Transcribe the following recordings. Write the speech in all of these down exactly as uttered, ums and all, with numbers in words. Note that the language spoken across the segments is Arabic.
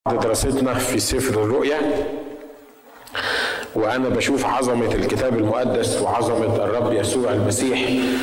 دراستنا في سفر الرؤيا، وأنا بشوف عظمة الكتاب المقدس وعظمة الرب يسوع المسيح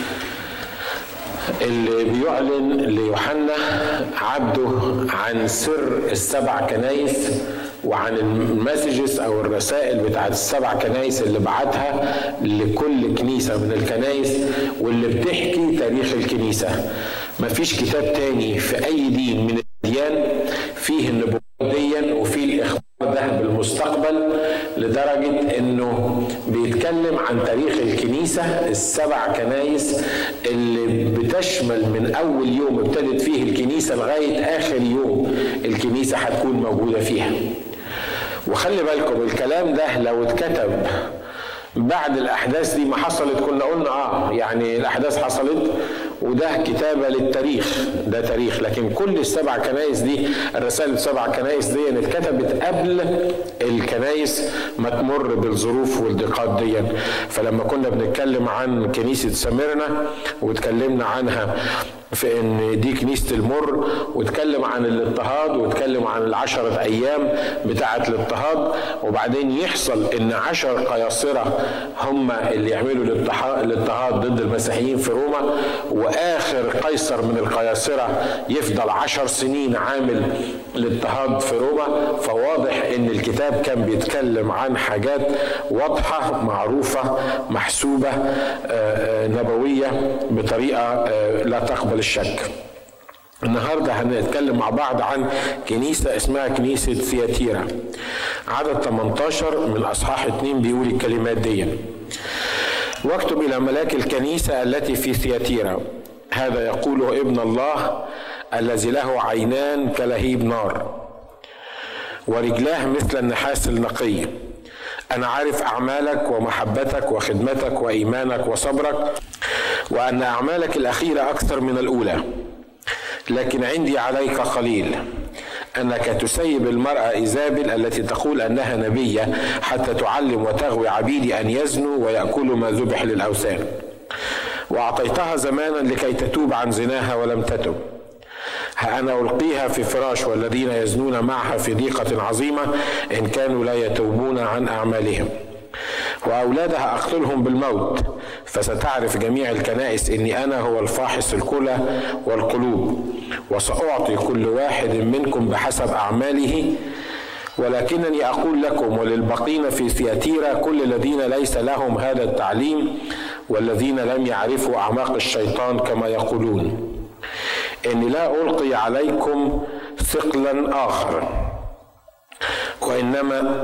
اللي بيعلن ليوحنا عبده عن سر السبع كنايس وعن المسجز أو الرسائل بتاعت السبع كنايس اللي بعتها لكل كنيسة من الكنايس واللي بتحكي تاريخ الكنيسة. مفيش كتاب تاني في أي دين من الديان فيه النبوة ديا وفيه الإخبار ده بالمستقبل، لدرجة انه بيتكلم عن تاريخ الكنيسة السبع كنايس اللي بتشمل من اول يوم ابتدت فيه الكنيسة لغاية اخر يوم الكنيسة هتكون موجودة فيها. وخلي بالكم الكلام ده لو اتكتب بعد الاحداث دي ما حصلت كنا قلنا اه يعني الاحداث حصلت وده كتابة للتاريخ، ده تاريخ، لكن كل السبع كنايس دي الرسائل السبع كنايس دي اتكتبت قبل الكنايس ما تمر بالظروف والضيقات دي. فلما كنا بنتكلم عن كنيسة سميرنا واتكلمنا عنها في ان دي كنيسة المر، واتكلم عن الاضطهاد واتكلم عن العشرة ايام بتاعة الاضطهاد، وبعدين يحصل ان عشر قياصرة هم اللي يعملوا الاضطهاد ضد المسيحيين في روما، واخر قيصر من القياصرة يفضل عشر سنين عامل الاضطهاد في روما. فواضح ان الكتاب كان بيتكلم عن حاجات واضحة معروفة محسوبة نبوية بطريقة لا تقبل الشك. النهاردة هنتكلم مع بعض عن كنيسة اسمها كنيسة ثياتيرا. عدد ثمانية عشر من أصحاح اثنين بيقول الكلمات دي: واكتب إلى ملاك الكنيسة التي في ثياتيرا، هذا يقوله ابن الله الذي له عينان كلهيب نار ورجلاه مثل النحاس النقي. أنا عارف أعمالك ومحبتك وخدمتك وإيمانك وصبرك، وأن أعمالك الأخيرة أكثر من الأولى، لكن عندي عليك قليل، أنك تسيب المرأة إيزابل التي تقول أنها نبية حتى تعلم وتغوي عبيدي أن يزنوا ويأكلوا ما ذبح للأوثان، وأعطيتها زمانا لكي تتوب عن زناها ولم تتب. ها أنا ألقيها في فراش والذين يزنون معها في ضيقة عظيمة إن كانوا لا يتوبون عن أعمالهم، وأولادها أقتلهم بالموت، فستعرف جميع الكنائس إني أنا هو الفاحص الكلى والقلوب، وسأعطي كل واحد منكم بحسب أعماله. ولكنني أقول لكم وللبقين في ثياتيرا كل الذين ليس لهم هذا التعليم والذين لم يعرفوا أعماق الشيطان كما يقولون، إني لا ألقي عليكم ثقلا آخر، وإنما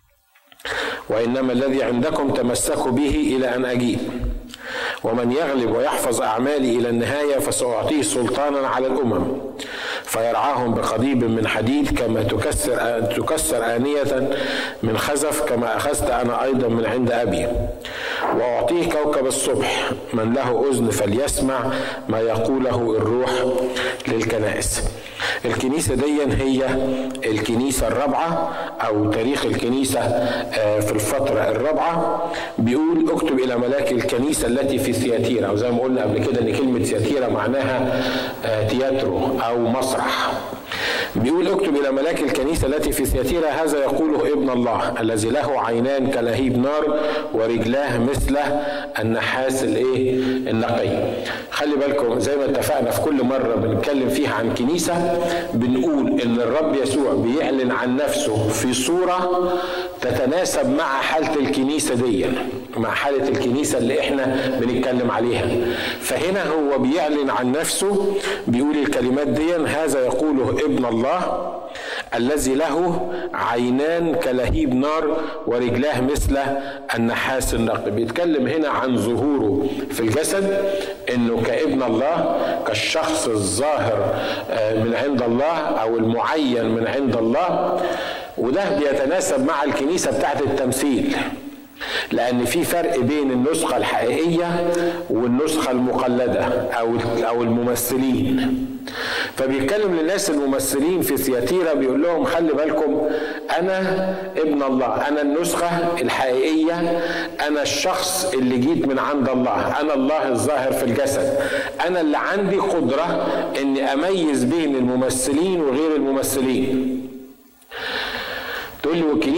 وإنما الذي عندكم تمسكوا به إلى أن أجيء. ومن يغلب ويحفظ أعمالي إلى النهاية فسأعطيه سلطانا على الأمم، فيرعاهم بقضيب من حديد كما تكسر تكسر آنية من خزف، كما أخذت أنا أيضا من عند أبي. وأعطيه كوكب الصبح، من له أذن فليسمع ما يقوله الروح للكنائس. الكنيسة دي هي الكنيسة الرابعة أو تاريخ الكنيسة في الفترة الرابعة. بيقول اكتب إلى ملاك الكنيسة التي في ثياتيرا، وزي ما قلنا قبل كده إن كلمة ثياتيرا معناها تياترو أو مسرح. بيقول اكتب إلى ملاك الكنيسة التي في ثياتيرا، هذا يقوله ابن الله الذي له عينان كلهيب نار ورجلاه مثل النحاس الايه النقي. خلي بالكم زي ما اتفقنا في كل مرة بنتكلم فيها عن كنيسة بنقول ان الرب يسوع بيعلن عن نفسه في صورة تتناسب مع حالة الكنيسة دي، مع حالة الكنيسة اللي احنا بنتكلم عليها. فهنا هو بيعلن عن نفسه بيقول الكلمات دي: هذا يقوله ابن الله الذي له عينان كلهيب نار ورجلاه مثل النحاس النقي. بيتكلم هنا عن ظهوره في الجسد، انه كابن الله، كالشخص الظاهر من عند الله او المعين من عند الله. وده بيتناسب مع الكنيسة بتاعت التمثيل، لأن في فرق بين النسخة الحقيقية والنسخة المقلدة أو أو الممثلين. فبيتكلم للناس الممثلين في ثياتيرا بيقول لهم خلي بالكم، أنا ابن الله، أنا النسخة الحقيقية، أنا الشخص اللي جيت من عند الله، أنا الله الظاهر في الجسد، أنا اللي عندي قدرة إني أميز بين الممثلين وغير الممثلين.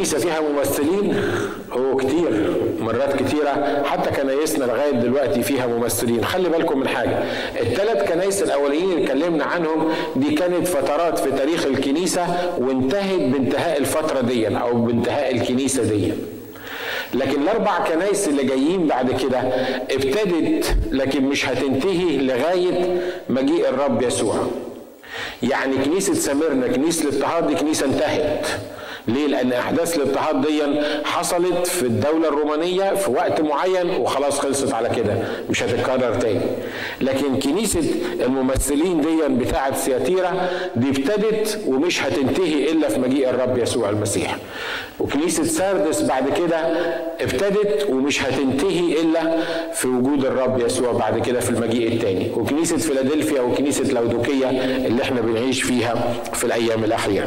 الكنيسة فيها ممثلين؟ هو كتير، مرات كتيرة، حتى كنايسنا لغاية دلوقتي فيها ممثلين. خلي بالكم من حاجة، الثلاث كنايس الأولين اللي اتكلمنا عنهم دي كانت فترات في تاريخ الكنيسة وانتهت بانتهاء الفترة دي أو بانتهاء الكنيسة دي. لكن الأربع كنايس اللي جايين بعد كده ابتدت لكن مش هتنتهي لغاية مجيء الرب يسوع. يعني كنيسة سميرنا، كنيسة الاضطهاد دي كنيسة انتهت. ليه؟ لأن أحداث الاضطهاد دي حصلت في الدولة الرومانية في وقت معين وخلاص خلصت على كده، مش هتتكرر تاني. لكن كنيسة الممثلين دي بتاعة سياتيرا دي ابتدت ومش هتنتهي إلا في مجيء الرب يسوع المسيح. وكنيسة ساردس بعد كده ابتدت ومش هتنتهي إلا في وجود الرب يسوع بعد كده في المجيء التاني. وكنيسة فيلادلفيا وكنيسة لودوكية اللي احنا بنعيش فيها في الأيام الأخيرة.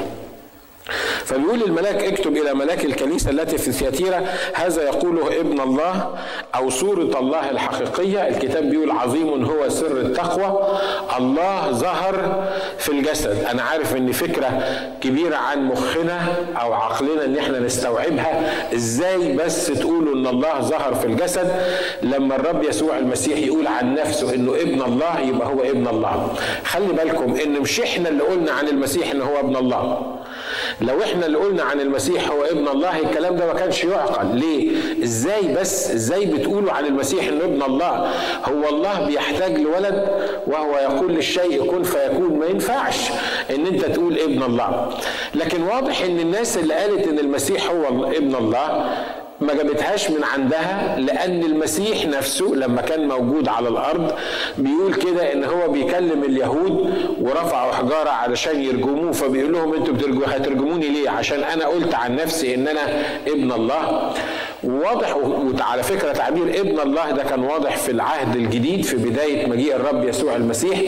فبيقول الملاك: اكتب إلى ملاك الكنيسة التي في ثياتيرا، هذا يقوله ابن الله أو صورة الله الحقيقية. الكتاب بيقول: عظيم هو سر التقوى، الله ظهر في الجسد. أنا عارف إن فكرة كبيرة عن مخنا أو عقلنا إن احنا نستوعبها. إزاي بس تقولوا إن الله ظهر في الجسد لما الرب يسوع المسيح يقول عن نفسه إنه ابن الله، يبقى هو ابن الله. خلي بالكم إن مش احنا اللي قلنا عن المسيح إنه هو ابن الله. لو احنا اللي قلنا عن المسيح هو ابن الله الكلام ده ما كانش يعقل. ليه؟ ازاي بس ازاي بتقولوا عن المسيح انه ابن الله؟ هو الله بيحتاج لولد وهو يقول للشيء كن فيكون؟ ما ينفعش ان انت تقول ابن الله. لكن واضح ان الناس اللي قالت ان المسيح هو ابن الله ما جابتهاش من عندها، لأن المسيح نفسه لما كان موجود على الأرض بيقول كده إن هو بيكلم اليهود ورفعوا حجارة علشان يرجموه، فبيقول لهم أنتوا هترجموني ليه؟ عشان أنا قلت عن نفسي إن أنا ابن الله. واضح. وعلى فكرة تعبير ابن الله ده كان واضح في العهد الجديد في بداية مجيء الرب يسوع المسيح،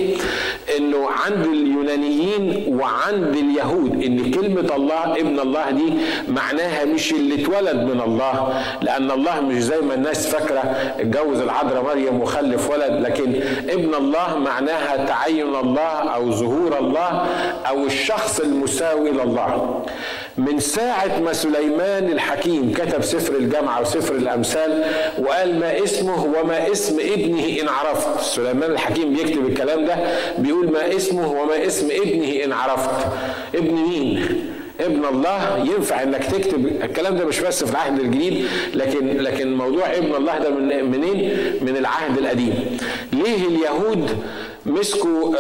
إنه عند اليونانيين وعند اليهود إن كلمة الله ابن الله دي معناها مش اللي اتولد من الله، لأن الله مش زي ما الناس فاكرة اتجوز العذراء مريم وخلف ولد، لكن ابن الله معناها تعين الله أو ظهور الله أو الشخص المساوي لله. من ساعة ما سليمان الحكيم كتب سفر الجامعة وسفر الأمثال وقال ما اسمه وما اسم ابنه إن عرفت، سليمان الحكيم بيكتب الكلام ده بيقول ما اسمه وما اسم ابنه إن عرفت. ابن مين؟ ابن الله. ينفع انك تكتب الكلام ده مش بس في العهد الجديد، لكن لكن موضوع ابن الله ده من منين؟ من العهد القديم. ليه اليهود مسكوا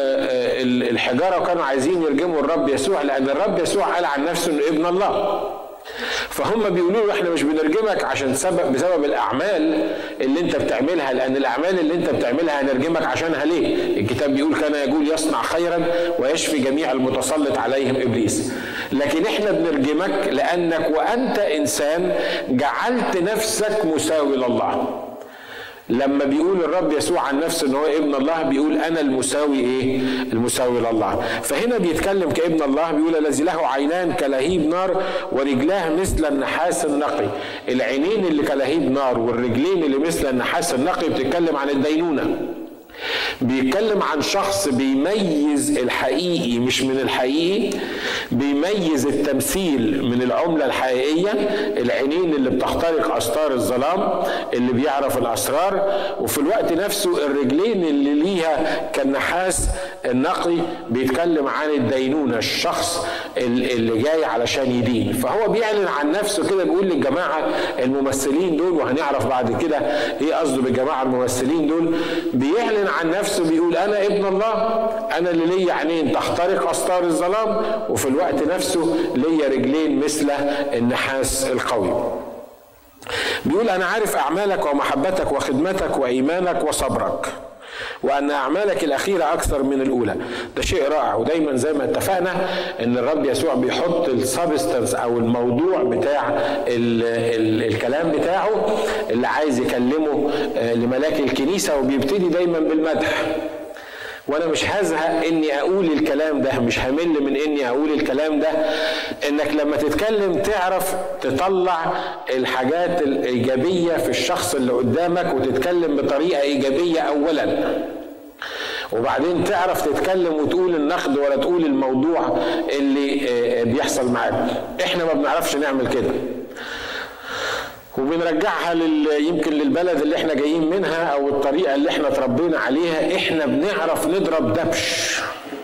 الحجاره وكانوا عايزين يرجموا الرب يسوع؟ لان الرب يسوع قال عن نفسه انه ابن الله. فهم بيقولوا له احنا مش بنرجمك عشان سبب بسبب الاعمال اللي انت بتعملها، لان الاعمال اللي انت بتعملها هنرجمك عشانها ليه؟ الكتاب بيقول كان يقول يصنع خيرا ويشفي جميع المتسلط عليهم ابليس. لكن احنا بنرجمك لانك وانت انسان جعلت نفسك مساوي لله. لما بيقول الرب يسوع عن نفسه ان هو ابن الله بيقول انا المساوي ايه؟ المساوي لله. فهنا بيتكلم كابن الله، بيقول الذي له عينان كلهيب نار ورجلاه مثل النحاس النقي. العينين اللي كلهيب نار والرجلين اللي مثل النحاس النقي بتتكلم عن الدينونة. بيتكلم عن شخص بيميز الحقيقي مش من الحقيقي، بيميز التمثيل من العملة الحقيقية. العينين اللي بتخترق أستار الظلام، اللي بيعرف الأسرار، وفي الوقت نفسه الرجلين اللي ليها كالنحاس النقي بيتكلم عن الدينونة، الشخص اللي جاي علشان يدين. فهو بيعلن عن نفسه كده، بيقول للجماعة الممثلين دول، وهنعرف بعد كده ايه قصده بالجماعة الممثلين دول، بيعلن عن نفسه بيقول انا ابن الله، انا اللي ليا عينين تخترق استار الظلام، وفي الوقت نفسه ليا رجلين مثل النحاس القوي. بيقول انا عارف اعمالك ومحبتك وخدمتك وايمانك وصبرك، وأن أعمالك الأخيرة أكثر من الأولى. ده شيء رائع. ودايما زي ما اتفقنا أن الرب يسوع بيحط السبستنس أو الموضوع بتاع ال ال الكلام بتاعه اللي عايز يكلمه لملاك الكنيسة، وبيبتدي دايما بالمدح. وانا مش هزهق اني اقول الكلام ده، مش همل من اني اقول الكلام ده، انك لما تتكلم تعرف تطلع الحاجات الايجابية في الشخص اللي قدامك وتتكلم بطريقة ايجابية اولا، وبعدين تعرف تتكلم وتقول النقد ولا تقول الموضوع اللي بيحصل معاك. احنا ما بنعرفش نعمل كده. وبنرجعها لل... يمكن للبلد اللي احنا جايين منها او الطريقة اللي احنا تربينا عليها. احنا بنعرف نضرب دبش،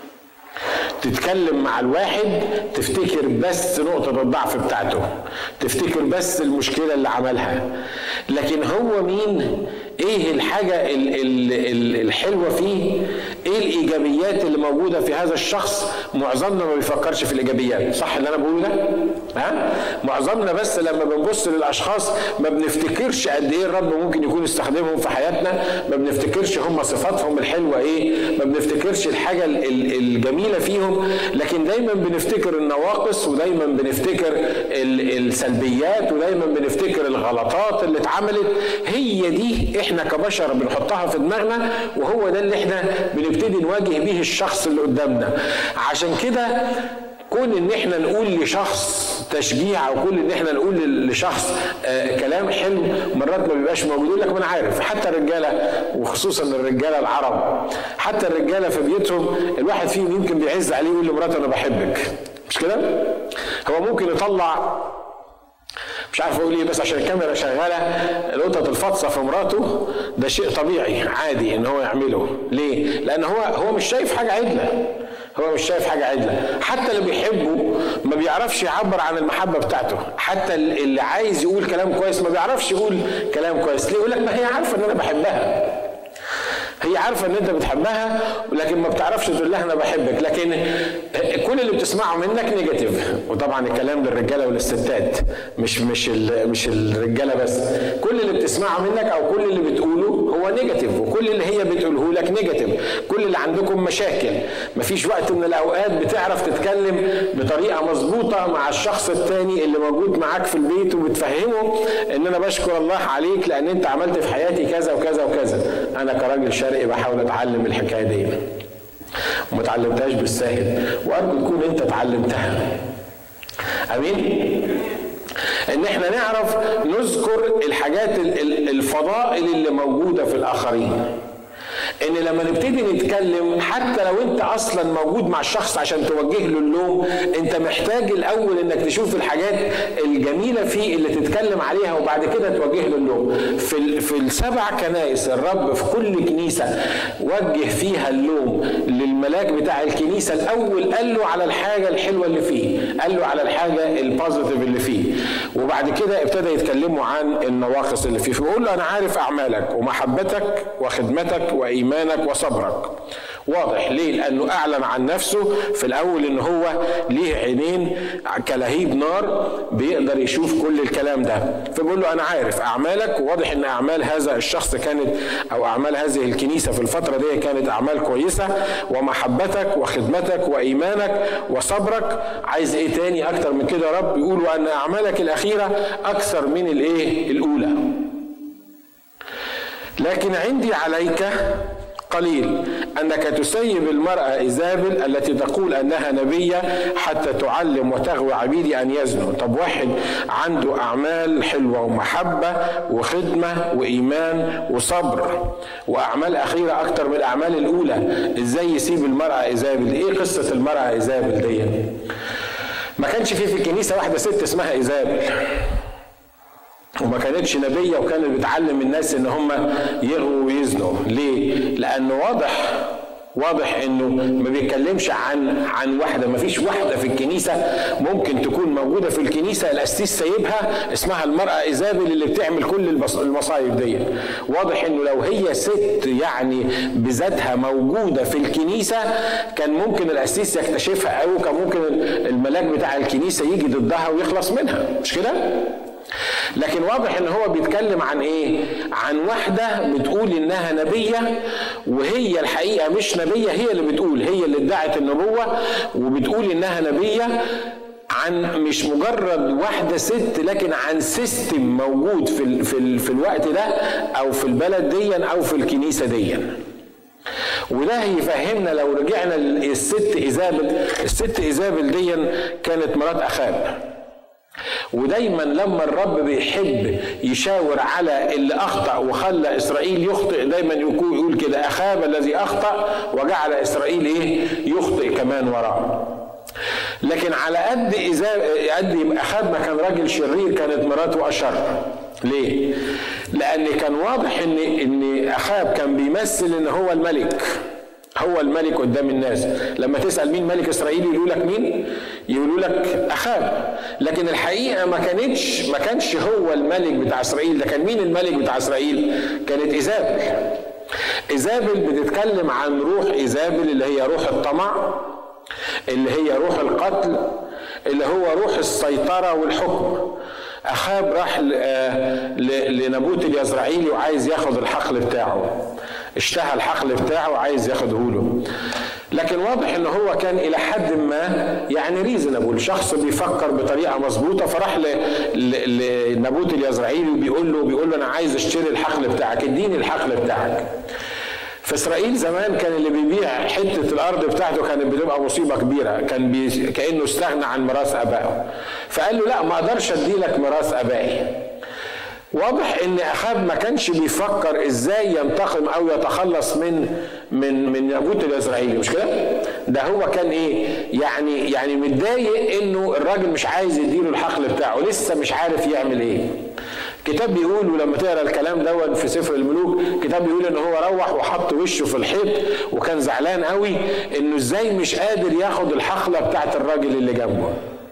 تتكلم مع الواحد تفتكر بس نقطة الضعف بتاعته، تفتكر بس المشكلة اللي عملها، لكن هو مين؟ ايه الحاجة ال ال ال الحلوة فيه؟ ايه الايجابيات اللي موجودة في هذا الشخص؟ معظمنا ما بيفكرش في الايجابيات، صح اللي انا بقوله ده؟ ها؟ معظمنا بس لما بنبص للاشخاص ما بنفتكرش قد ايه الرب ممكن يكون استخدمهم في حياتنا، ما بنفتكرش هم صفاتهم الحلوة ايه، ما بنفتكرش الحاجة الجميلة فيهم، لكن دايما بنفتكر النواقص، ودايما بنفتكر السلبيات، ودايما بنفتكر الغلطات اللي اتعملت. هي دي احنا كبشر بنحطها في دماغنا، وهو ده اللي احنا بنبتدي نواجه به الشخص اللي قدامنا. عشان كده كون ان احنا نقول لشخص تشجيع، او كل ان احنا نقول لشخص آه كلام حلو، مرات ما بيبقاش موجود. يقول لك ما انا عارف، حتى الرجاله وخصوصا الرجاله العرب، حتى الرجاله في بيوتهم الواحد فيهم يمكن بيعز عليه يقول لمراته انا بحبك، مش كده؟ هو ممكن يطلع مش عارف اقول ايه، بس عشان الكاميرا شغاله، القطط الفطسه في مراته ده شيء طبيعي عادي ان هو يعمله. ليه؟ لان هو هو مش شايف حاجه عدله، هو مش شايف حاجه عدله. حتى اللي بيحبه ما بيعرفش يعبر عن المحبه بتاعته، حتى اللي عايز يقول كلام كويس ما بيعرفش يقول كلام كويس. ليه؟ يقول لك ما هي عارفه ان انا بحبها، هي عارفه ان انت بتحبها، لكن ما بتعرفش تقول لها انا بحبك. لكن كل اللي بتسمعه منك نيجاتيف، وطبعا الكلام للرجاله وللستات، مش مش مش الرجاله بس. كل اللي بتسمعه منك او كل اللي بتقوله هو نيجاتيف، وكل اللي هي بتقوله لك نيجاتيف. كل اللي عندكم مشاكل، مفيش وقت من الاوقات بتعرف تتكلم بطريقه مظبوطه مع الشخص الثاني اللي موجود معاك في البيت، وبتفهمه ان انا بشكر الله عليك لان انت عملت في حياتي كذا وكذا وكذا. انا كراجل شرقي بحاول اتعلم الحكايه دي، وما اتعلمتهاش بالساهل، وارجو تكون انت اتعلمتها. امين؟ ان احنا نعرف نذكر الحاجات الفضائل اللي موجوده في الاخرين. ان لما نبتدي نتكلم، حتى لو انت اصلا موجود مع الشخص عشان توجه له اللوم، انت محتاج الاول انك تشوف الحاجات الجميله فيه اللي تتكلم عليها، وبعد كده توجه له اللوم. في في السبع كنائس الرب في كل كنيسه وجه فيها اللوم للملاك بتاع الكنيسه. الاول قال له على الحاجه الحلوه اللي فيه، قال له على الحاجه البوزيتيف اللي فيه، وبعد كده ابتدى يتكلموا عن النواقص اللي فيه. فيقول له انا عارف اعمالك ومحبتك وخدمتك وإيمانك وصبرك. واضح ليه؟ لأنه أعلن عن نفسه في الأول إن هو ليه عينين كلهيب نار بيقدر يشوف كل الكلام ده. فبيقول له أنا عارف أعمالك، وواضح إن أعمال هذا الشخص كانت، أو أعمال هذه الكنيسة في الفترة دي كانت أعمال كويسة، ومحبتك وخدمتك وإيمانك وصبرك. عايز إيه تاني أكتر من كده يا رب؟ يقول وأن أعمالك الأخيرة أكثر من الإيه؟ الأولى. لكن عندي عليك قليل أنك تسيب المرأة إيزابل التي تقول أنها نبية حتى تعلم وتغوي عبيدي أن يزنوا. طب واحد عنده أعمال حلوة ومحبة وخدمة وإيمان وصبر وأعمال أخيرة أكتر من الأعمال الأولى، إزاي يسيب المرأة إيزابل؟ إيه قصة المرأة إيزابل دي؟ ما كانش فيه في الكنيسة واحدة ست اسمها إيزابل، وما كانتش نبية، وكانت بتعلم الناس ان هم يغوا ويزنوا. ليه؟ لانه واضح واضح انه ما بيتكلمش عن عن واحده. ما فيش واحده في الكنيسه ممكن تكون موجوده في الكنيسه القسيس سايبها اسمها المراه ايزابل اللي بتعمل كل المصايب دي. واضح انه لو هي ست يعني بذاتها موجوده في الكنيسه كان ممكن القسيس يكتشفها، او كان ممكن الملاك بتاع الكنيسه يجي ضدها ويخلص منها، مش كده؟ لكن واضح ان هو بيتكلم عن ايه؟ عن واحدة بتقول انها نبية، وهي الحقيقة مش نبية، هي اللي بتقول، هي اللي ادعت النبوة وبتقول انها نبية، عن مش مجرد واحدة ست، لكن عن سيستم موجود في ال في, ال في الوقت ده او في البلد دي او في الكنيسة دي. وده يفهمنا لو رجعنا للست إيزابل. الست إيزابل دي كانت مرات أخاب، ودايما لما الرب بيحب يشاور على اللي أخطأ وخلى إسرائيل يخطئ دايما يقول كده أخاب الذي أخطأ وجعل إسرائيل إيه؟ يخطئ كمان وراه. لكن على قد إذا قد يبقى أخاب ما كان راجل شرير كانت مراته أشر. ليه؟ لأن كان واضح إن إن أخاب كان بيمثل إن هو الملك، هو الملك قدام الناس. لما تسأل مين ملك إسرائيل يقولوا لك مين؟ يقولوا لك أخاب. لكن الحقيقة ما كانتش ما كانش هو الملك بتاع إسرائيل، ده كان مين الملك بتاع إسرائيل؟ كانت إيزابل. إيزابل بتتكلم عن روح إيزابل اللي هي روح الطمع، اللي هي روح القتل، اللي هو روح السيطرة والحكم. أخاب راح لنبوت اليزرعيلي وعايز ياخد الحقل بتاعه، اشتهى الحقل بتاعه وعايز ياخده له. لكن واضح ان هو كان الى حد ما يعني ريزنبل، شخص بيفكر بطريقه مظبوطه، فراح لنبوت اليزرعيلي وبيقول له بيقول له انا عايز اشتري الحقل بتاعك، اديني الحقل بتاعك. في اسرائيل زمان كان اللي بيبيع حته الارض بتاعته كانت بتبقى مصيبه كبيره، كان بي كانه استغنى عن ميراث ابائه، فقال له لا ما اقدرش ادي لك ميراث ابائي. واضح ان اخاب ما كانش بيفكر ازاي ينتقم او يتخلص من من من نبوت اليزرعيلي، مش كده؟ ده هو كان ايه؟ يعني يعني متضايق انه الراجل مش عايز يديله الحقل بتاعه، لسه مش عارف يعمل ايه. كتاب بيقول، ولما تقرا الكلام دوت في سفر الملوك، كتاب بيقول ان هو روح وحط وشه في الحيط وكان زعلان قوي انه ازاي مش قادر ياخد الحقله بتاعت الراجل اللي جنبه.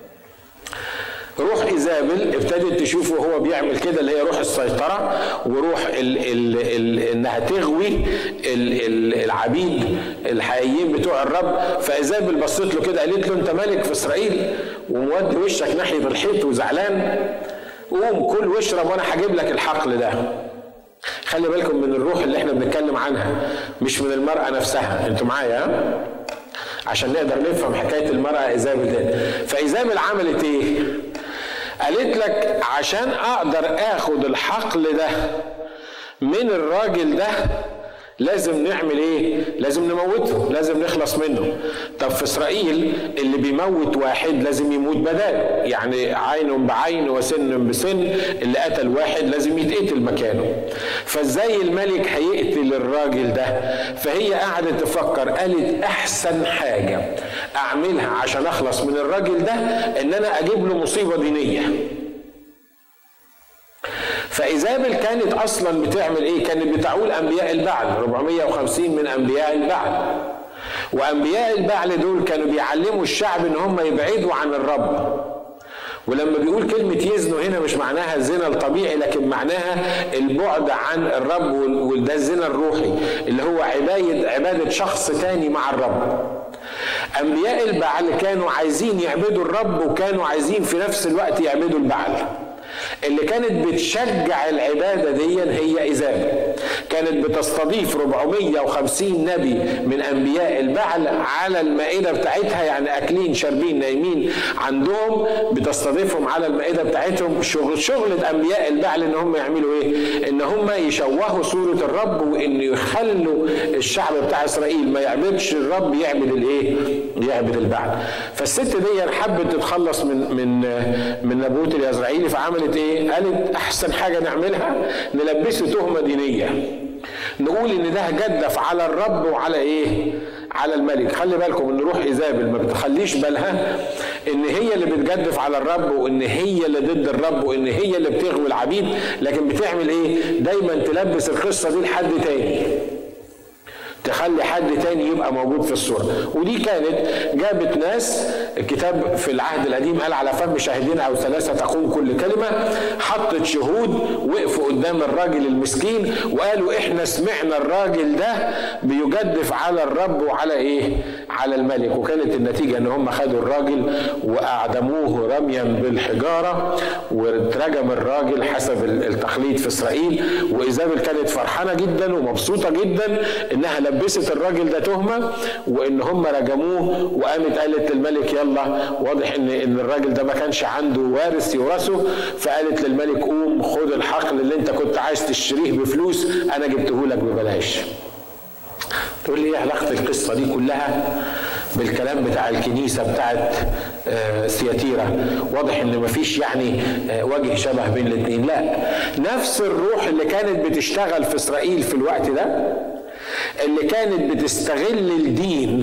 روح إيزابل ابتدت تشوفه وهو بيعمل كده، اللي هي روح السيطرة وروح ال ال ال انها تغوي ال ال العبيد الحقيقيين بتوع الرب. فإيزابل بصت له كده قالت له انت ملك في إسرائيل ومودي وشك ناحية الحيط وزعلان، قوم كل واشرب وانا هجيب لك الحقل ده. خلي بالكم من الروح اللي احنا بنتكلم عنها، مش من المرأة نفسها. انتوا معايا عشان نقدر نفهم حكاية المرأة إيزابل دي. فإيزابل عملت ايه؟ قالت لك عشان اقدر اخد الحقل ده من الراجل ده لازم نعمل ايه؟ لازم نموته، لازم نخلص منه. طب في اسرائيل اللي بيموت واحد لازم يموت بداله، يعني عين بعين وسن بسن، اللي قتل واحد لازم يتقتل مكانه. فازاي الملك هيقتل الراجل ده؟ فهي قعدت تفكر، قالت احسن حاجة اعملها عشان اخلص من الراجل ده ان انا اجيب له مصيبة دينية. فإيزابل كانت أصلا بتعمل إيه؟ كانت بتعول أنبياء البعل، أربعمائة وخمسين من أنبياء البعل. وأنبياء البعل دول كانوا بيعلموا الشعب إن هم يبعدوا عن الرب. ولما بيقول كلمة يزنوا هنا مش معناها الزنا الطبيعي، لكن معناها البعد عن الرب، وده الزنا الروحي اللي هو عبادة عبادة شخص تاني مع الرب. أنبياء البعل كانوا عايزين يعبدوا الرب وكانوا عايزين في نفس الوقت يعبدوا البعل. اللي كانت بتشجع العبادة دي هي إيزابل، كانت بتستضيف أربعمائة وخمسين نبي من أنبياء البعل على المائدة بتاعتها، يعني أكلين شاربين نايمين عندهم، بتستضيفهم على المائدة بتاعتهم. شغل شغلة أنبياء البعل إن هم يعملوا إيه؟ إن هم يشوهوا صورة الرب، وإن يخلوا الشعب بتاع إسرائيل ما يعبدش الرب، يعبد الإيه؟ يعبد البعل. فالست دي حبت تتخلص من من من نبوت اليزرعيلي، فعملت ايه؟ قالت احسن حاجه نعملها نلبسه تهمه دينيه، نقول ان ده جدف على الرب وعلى ايه؟ على الملك. خلي بالكم ان روح إيزابل ما بتخليش بالها ان هي اللي بتجدف على الرب، وان هي اللي ضد الرب، وان هي اللي بتغوي العبيد، لكن بتعمل ايه؟ دايما تلبس القصه دي لحد تاني، تخلي حد تاني يبقى موجود في الصورة. ودي كانت جابت ناس، الكتاب في العهد القديم قال على فم شاهدين أو ثلاثة تقوم كل كلمة، حطت شهود وقفوا قدام الراجل المسكين وقالوا احنا سمعنا الراجل ده بيجدف على الرب وعلى ايه؟ على الملك. وكانت النتيجة ان هم خدوا الراجل واعدموه رميا بالحجارة، واترجم الراجل حسب التقليد في إسرائيل. وإيزابل كانت فرحانة جدا ومبسوطة جدا انها لبست الراجل ده تهمة، وان هم رجموه. وقامت قالت للملك يلا، واضح ان ان الراجل ده ما كانش عنده وارث يورثه، فقالت للملك قوم خد الحقل اللي انت كنت عايز تشتريه بفلوس انا جبته لك ببلاش. تقول لي ايه علاقة القصة دي كلها بالكلام بتاع الكنيسة بتاعت آه سياتيرا؟ واضح ان مفيش يعني آه وجه شبه بين الاثنين. لا، نفس الروح اللي كانت بتشتغل في إسرائيل في الوقت ده، اللي كانت بتستغل الدين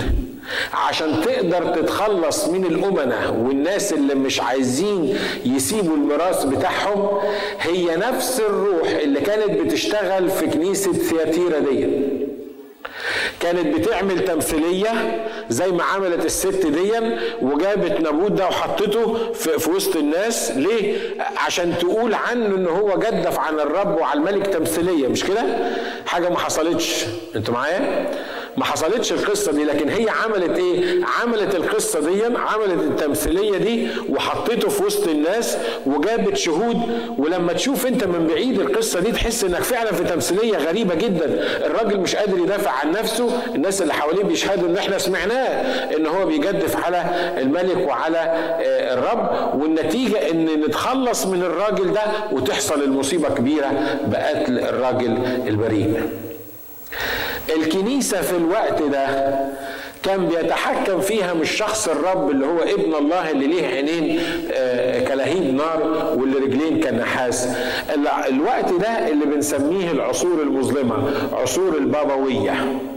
عشان تقدر تتخلص من الأمنة والناس اللي مش عايزين يسيبوا الميراث بتاعهم، هي نفس الروح اللي كانت بتشتغل في كنيسة ثياتيرا دي. كانت بتعمل تمثيلية زي ما عملت الست دي، وجابت نابوت ده وحطته في, في وسط الناس. ليه؟ عشان تقول عنه ان هو جدف عن الرب وعلى الملك تمثيلية. مش كده؟ حاجة ما حصلتش. انتوا معايا؟ ما حصلتش القصة دي، لكن هي عملت ايه؟ عملت القصة دي، عملت التمثيلية دي وحطيته في وسط الناس وجابت شهود. ولما تشوف انت من بعيد القصة دي تحس انك فعلا في تمثيلية غريبة جدا. الراجل مش قادر يدافع عن نفسه، الناس اللي حواليه بيشهدوا ان احنا سمعناه ان هو بيجدف على الملك وعلى الرب، والنتيجة ان نتخلص من الراجل ده وتحصل المصيبة كبيرة بقتل الراجل البريء. الكنيسة في الوقت ده كان بيتحكم فيها مش شخص الرب اللي هو ابن الله اللي ليه عينين كلهيب نار واللي رجلين كالنحاس. الوقت ده اللي بنسميه العصور المظلمة، عصور البابوية.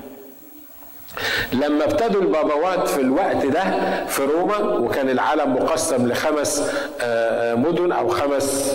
لما ابتدوا البابوات في الوقت ده في روما، وكان العالم مقسم لخمس مدن او خمس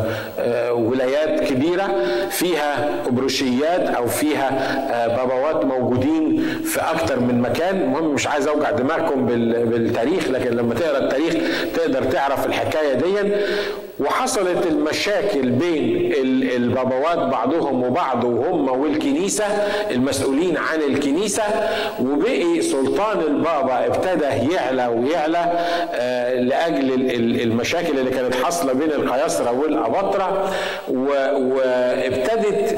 ولايات كبيرة فيها أبروشيات او فيها بابوات موجودين في اكتر من مكان. المهم مش عايز اوجع دماغكم بالتاريخ، لكن لما تقرا التاريخ تقدر تعرف الحكاية دي. وحصلت المشاكل بين البابوات بعضهم وبعض وهم والكنيسة المسؤولين عن الكنيسة، وبقي سلطان البابا ابتدى يعلى ويعلى آه لأجل المشاكل اللي كانت حاصلة بين القياصرة والأباطرة. وابتدت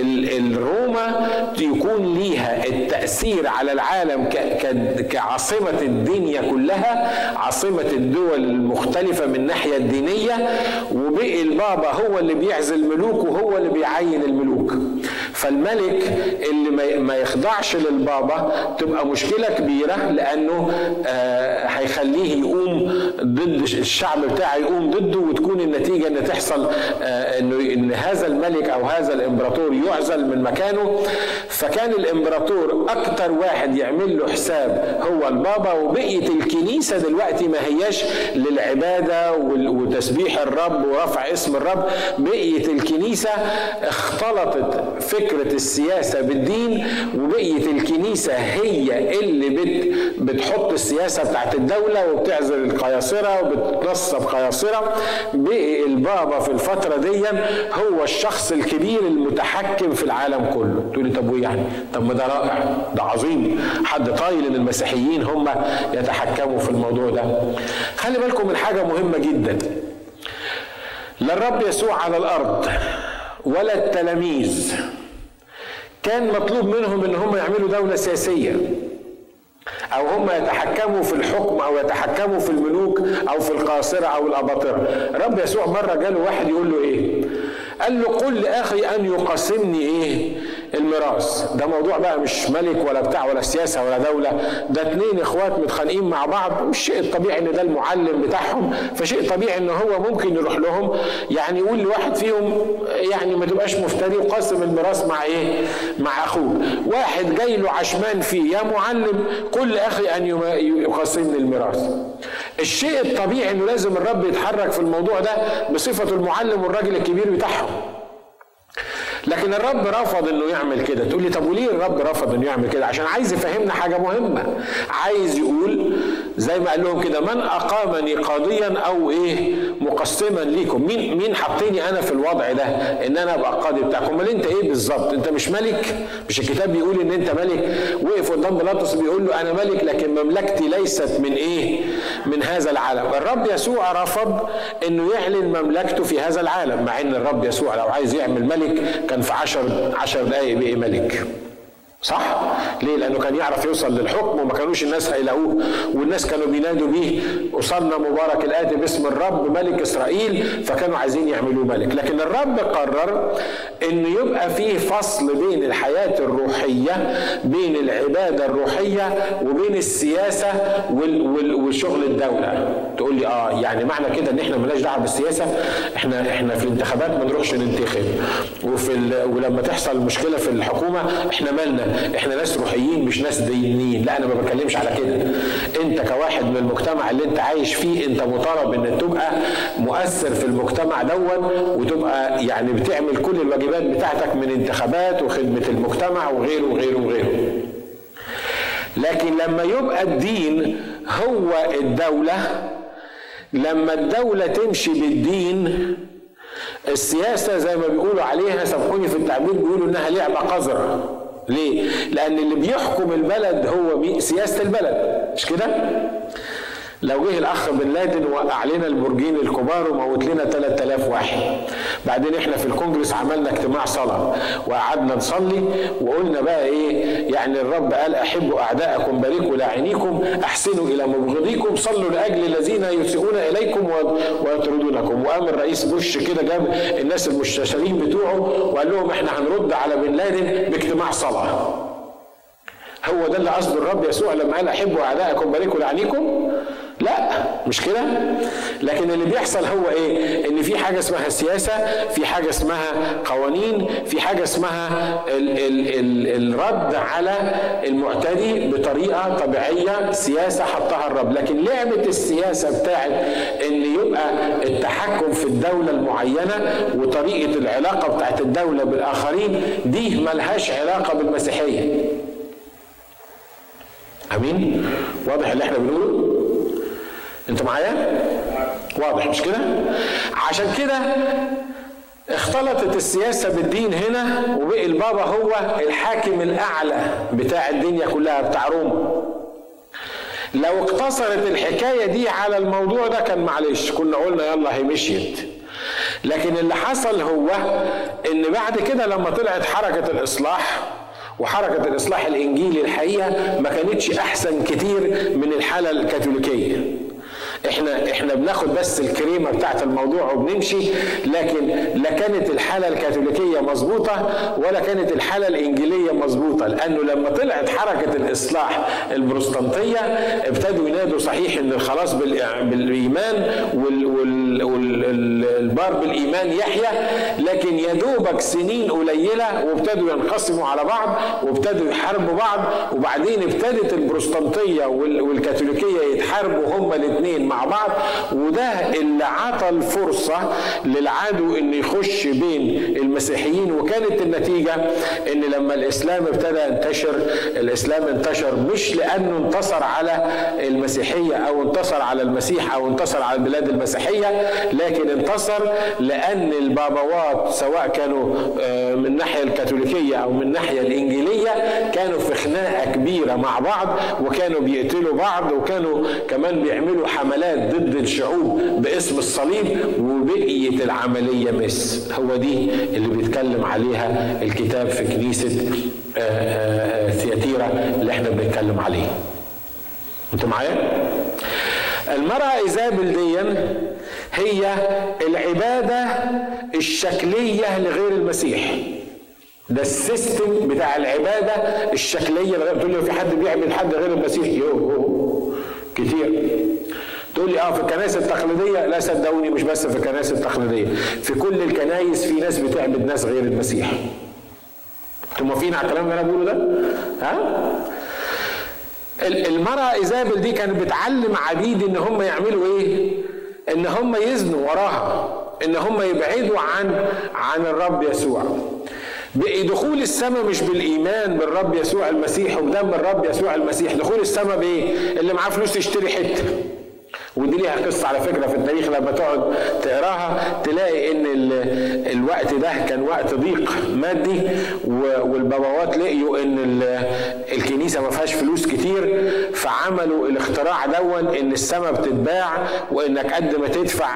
الروما يكون ليها التأثير على العالم كعاصمة الدنيا كلها، عاصمة الدول المختلفة من الناحية الدينية. وبقي البابا هو اللي بيعزل ملوك وهو اللي بيعين الملوك. فالملك اللي ما يخضعش للبابا تبقى مشكلة كبيرة، لأنه آه هيخليه يقوم ضد الشعب بتاعه، يقوم ضده، وتكون النتيجة ان تحصل آه انه ان هذا الملك او هذا الامبراطور يعزل من مكانه. فكان الامبراطور اكتر واحد يعمل له حساب هو البابا. وبقيت الكنيسة دلوقتي ما هياش للعبادة وتسبيح الرب ورفع اسم الرب، بقيت الكنيسة اختلطت فكرة السياسة بالدين، وبقيت الكنيسة هي اللي بت بتحط السياسة بتاعت الدولة وبتعزل القياصرة وبتنصب قياصرة. بقي البابا في الفترة دي هو الشخص الكبير المتحكم في العالم كله. تقولي طب وإيه يعني؟ طب ما ده رائع، ده عظيم، حد طايل ان المسيحيين هم يتحكموا في الموضوع ده. خلي بالكم من حاجة مهمة جدا، لا الرب يسوع على الأرض ولا التلاميذ كان مطلوب منهم ان هم يعملوا دولة سياسية او هم يتحكموا في الحكم او يتحكموا في الملوك او في القاصرة او الاباطرة. رب يسوع مرة جاله واحد يقول له ايه؟ قال له قل لأخي أن يقسمني إيه؟ الميراث. ده موضوع بقى مش ملك ولا بتاع ولا سياسة ولا دولة، ده اتنين اخوات متخانقين مع بعض. مش شيء الطبيعي ان ده المعلم بتاعهم، فشيء طبيعي ان هو ممكن يروح لهم يعني يقول لواحد فيهم يعني ما تبقاش مفتري وقاسم الميراث مع ايه؟ مع اخوه. واحد جاي له عشمان فيه، يا معلم قل لأخي أن يقسمني الميراث. الشيء الطبيعي انه لازم الرب يتحرك في الموضوع ده بصفته المعلم والراجل الكبير بتاعهم. لكن الرب رفض انه يعمل كده. تقول لي طب وليه الرب رفض انه يعمل كده؟ عشان عايز يفهمنا حاجه مهمه. عايز يقول زي ما قال لهم كده من اقامني قاضيا او ايه مقسما ليكم. مين مين حطيني انا في الوضع ده ان انا ابقى قاضي بتاعكم؟ امال انت ايه بالظبط؟ انت مش ملك؟ مش الكتاب بيقول ان انت ملك؟ وقف قدام بيلاطس بيقول له انا ملك لكن مملكتي ليست من ايه؟ من هذا العالم. الرب يسوع رفض انه يعلن مملكته في هذا العالم، مع ان الرب يسوع لو عايز يعمل ملك كان في عشر عشر دقايق بقي ملك. صح؟ ليه؟ لأنه كان يعرف يوصل للحكم وما كانوش الناس هيلاقوه، والناس كانوا بينادوا بيه وصلنا مبارك الآتي باسم الرب ملك إسرائيل، فكانوا عايزين يعملوا ملك. لكن الرب قرر إنه يبقى فيه فصل بين الحياة الروحية، بين العبادة الروحية وبين السياسة وشغل الدولة. تقول لي اه يعني معنى كده ان احنا مالناش دعوه بالسياسه، احنا احنا في الانتخابات ما نروحش ننتخب، وفي ولما تحصل مشكله في الحكومه احنا مالنا، احنا ناس روحيين مش ناس دينيين. لا، انا ما بتكلمش على كده. انت كواحد من المجتمع اللي انت عايش فيه انت مطالب ان تبقى مؤثر في المجتمع دون، وتبقى يعني بتعمل كل الواجبات بتاعتك من انتخابات وخدمه المجتمع وغيره وغيره وغيره. لكن لما يبقى الدين هو الدولة، لما الدولة تمشي بالدين، السياسة زي ما بيقولوا عليها، سامحوني في التعبير، بيقولوا انها لعبة قذرة. ليه؟ لأن اللي بيحكم البلد هو سياسة البلد، مش كده؟ لو جه الاخ بن لادن وقع لنا البرجين الكبار وموت لنا ثلاثة آلاف واحد، بعدين احنا في الكونجرس عملنا اجتماع صلاه وقعدنا نصلي وقلنا بقى ايه؟ يعني الرب قال احبوا اعداءكم، باركوا لاعينيكم، احسنوا الى مبغضيكم، صلوا لاجل الذين يسيئون اليكم ويطردونكم. وقام الرئيس بوش كده جاب الناس المستشارين بتوعه وقال لهم احنا هنرد على بن لادن باجتماع صلاه. هو ده اللي قصده الرب يسوع لما قال احبوا اعداءكم باركوا لاعينيكم؟ لا، مش كده. لكن اللي بيحصل هو ايه؟ ان في حاجه اسمها سياسه، في حاجه اسمها قوانين، في حاجه اسمها ال ال ال الرد على المعتدي بطريقه طبيعيه، سياسه حطها الرب. لكن لعبه السياسه بتاعت ان يبقى التحكم في الدوله المعينه وطريقه العلاقه بتاعت الدوله بالاخرين، دي ملهاش علاقه بالمسيحيه. امين؟ واضح اللي احنا بنقوله؟ انت معايا؟ واضح مش كده؟ عشان كده اختلطت السياسة بالدين هنا، وبقي البابا هو الحاكم الأعلى بتاع الدنيا كلها، بتاع روما. لو اقتصرت الحكاية دي على الموضوع ده كان معلش كنا قلنا يلا هي مشيت. لكن اللي حصل هو ان بعد كده لما طلعت حركة الإصلاح، وحركة الإصلاح الإنجيلي الحقيقة ما كانتش أحسن كتير من الحالة الكاثوليكية. احنا احنا بناخد بس الكريمه بتاعت الموضوع وبنمشي، لكن لا كانت الحاله الكاثوليكيه مظبوطه ولا كانت الحاله الانجيليه مظبوطه. لانه لما طلعت حركه الاصلاح البروتستانتيه ابتدوا ينادوا صحيح ان الخلاص بالايمان والبار بالايمان يحيى، لكن يا دوبك سنين قليله وابتدوا ينقسموا على بعض وابتدوا يحاربوا بعض، وبعدين ابتدت البروتستانتيه والكاثوليكيه يتحاربوا هما الاثنين مع بعض. وده اللي عطى الفرصة للعدو ان يخش بين المسيحيين. وكانت النتيجة ان لما الاسلام ابتدى ينتشر، الاسلام انتشر مش لانه انتصر على المسيحية او انتصر على المسيح او انتصر على البلاد المسيحية، لكن انتصر لان البابوات سواء كانوا من الناحية الكاثوليكية او من الناحية الانجيلية كانوا في خناقة كبيرة مع بعض، وكانوا بيقتلوا بعض، وكانوا كمان بيعملوا حملات ضد الشعوب باسم الصليب، وبقيت العملية مس. هو دي اللي بيتكلم عليها الكتاب في كنيسة ثياتيرا اللي احنا بنتكلم عليه. انتوا معايا؟ المرأة إيزابل دي هي العبادة الشكلية لغير المسيح. ده السيستم بتاع العبادة الشكلية. تقول لي في حد بيعبد حد غير المسيح؟ يوه كتير. تقول لي اه في الكنائس التقليديه؟ لا صدقوني، مش بس في الكنائس التقليديه، في كل الكنائس في ناس بتعبد ناس غير المسيح. انتوا موافقين على الكلام اللي انا بقوله ده؟ ها؟ المرأة إيزابل دي كانت بتعلم عبيد ان هم يعملوا ايه؟ ان هم يزنوا وراها، ان هم يبعدوا عن عن الرب يسوع. بقي دخول السماء مش بالايمان بالرب يسوع المسيح وبدم الرب يسوع المسيح، دخول السماء بايه؟ اللي معاه فلوس يشتري حته. ودي ليها قصة على فكرة في التاريخ، لما تقعد تقراها تلاقي ان الوقت ده كان وقت ضيق مادي، والبابوات لقيوا ان الكنيسة ما فيهاش فلوس كتير، فعملوا الاختراع دون ان السماء بتتباع، وانك قد ما تدفع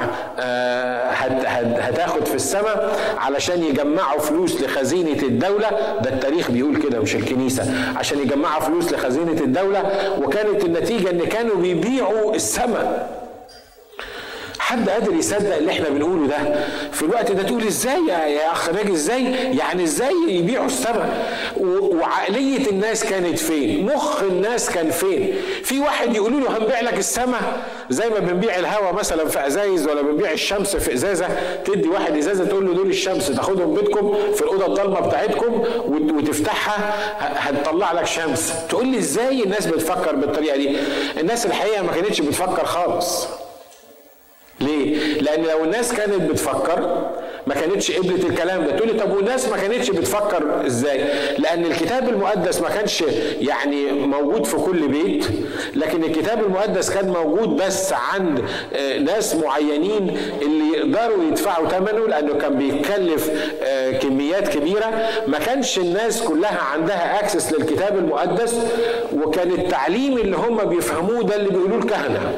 هتاخد في السماء، علشان يجمعوا فلوس لخزينة الدولة. ده التاريخ بيقول كده مش الكنيسة، عشان يجمعوا فلوس لخزينة الدولة. وكانت النتيجة ان كانوا بيبيعوا السماء. حد قادر يصدق اللي احنا بنقوله ده في الوقت ده؟ تقول ازاي يا اخ ناجي، ازاي يعني ازاي يبيعوا السماء؟ وعقليه الناس كانت فين؟ مخ الناس كان فين؟ في واحد يقولوا له هنبيع لك السماء زي ما بنبيع الهواء مثلا في ازايز، ولا بنبيع الشمس في ازازه. تدي واحد ازازه تقول له دول الشمس، تاخدهم بيتكم في الاوضه الضلمه بتاعتكم وتفتحها هتطلع لك شمس. تقول لي ازاي الناس بتفكر بالطريقه دي؟ الناس الحقيقه ما كانتش بتفكر خالص. ليه؟ لان لو الناس كانت بتفكر ما كانتش قبلت الكلام ده. تقولي طب والناس ما كانتش بتفكر ازاي؟ لان الكتاب المقدس ما كانش يعني موجود في كل بيت، لكن الكتاب المقدس كان موجود بس عند ناس معينين اللي يقدروا يدفعوا ثمنه، لانه كان بيكلف كميات كبيره. ما كانش الناس كلها عندها اكسس للكتاب المقدس، وكان التعليم اللي هم بيفهموه ده اللي بيقولوه الكهنه.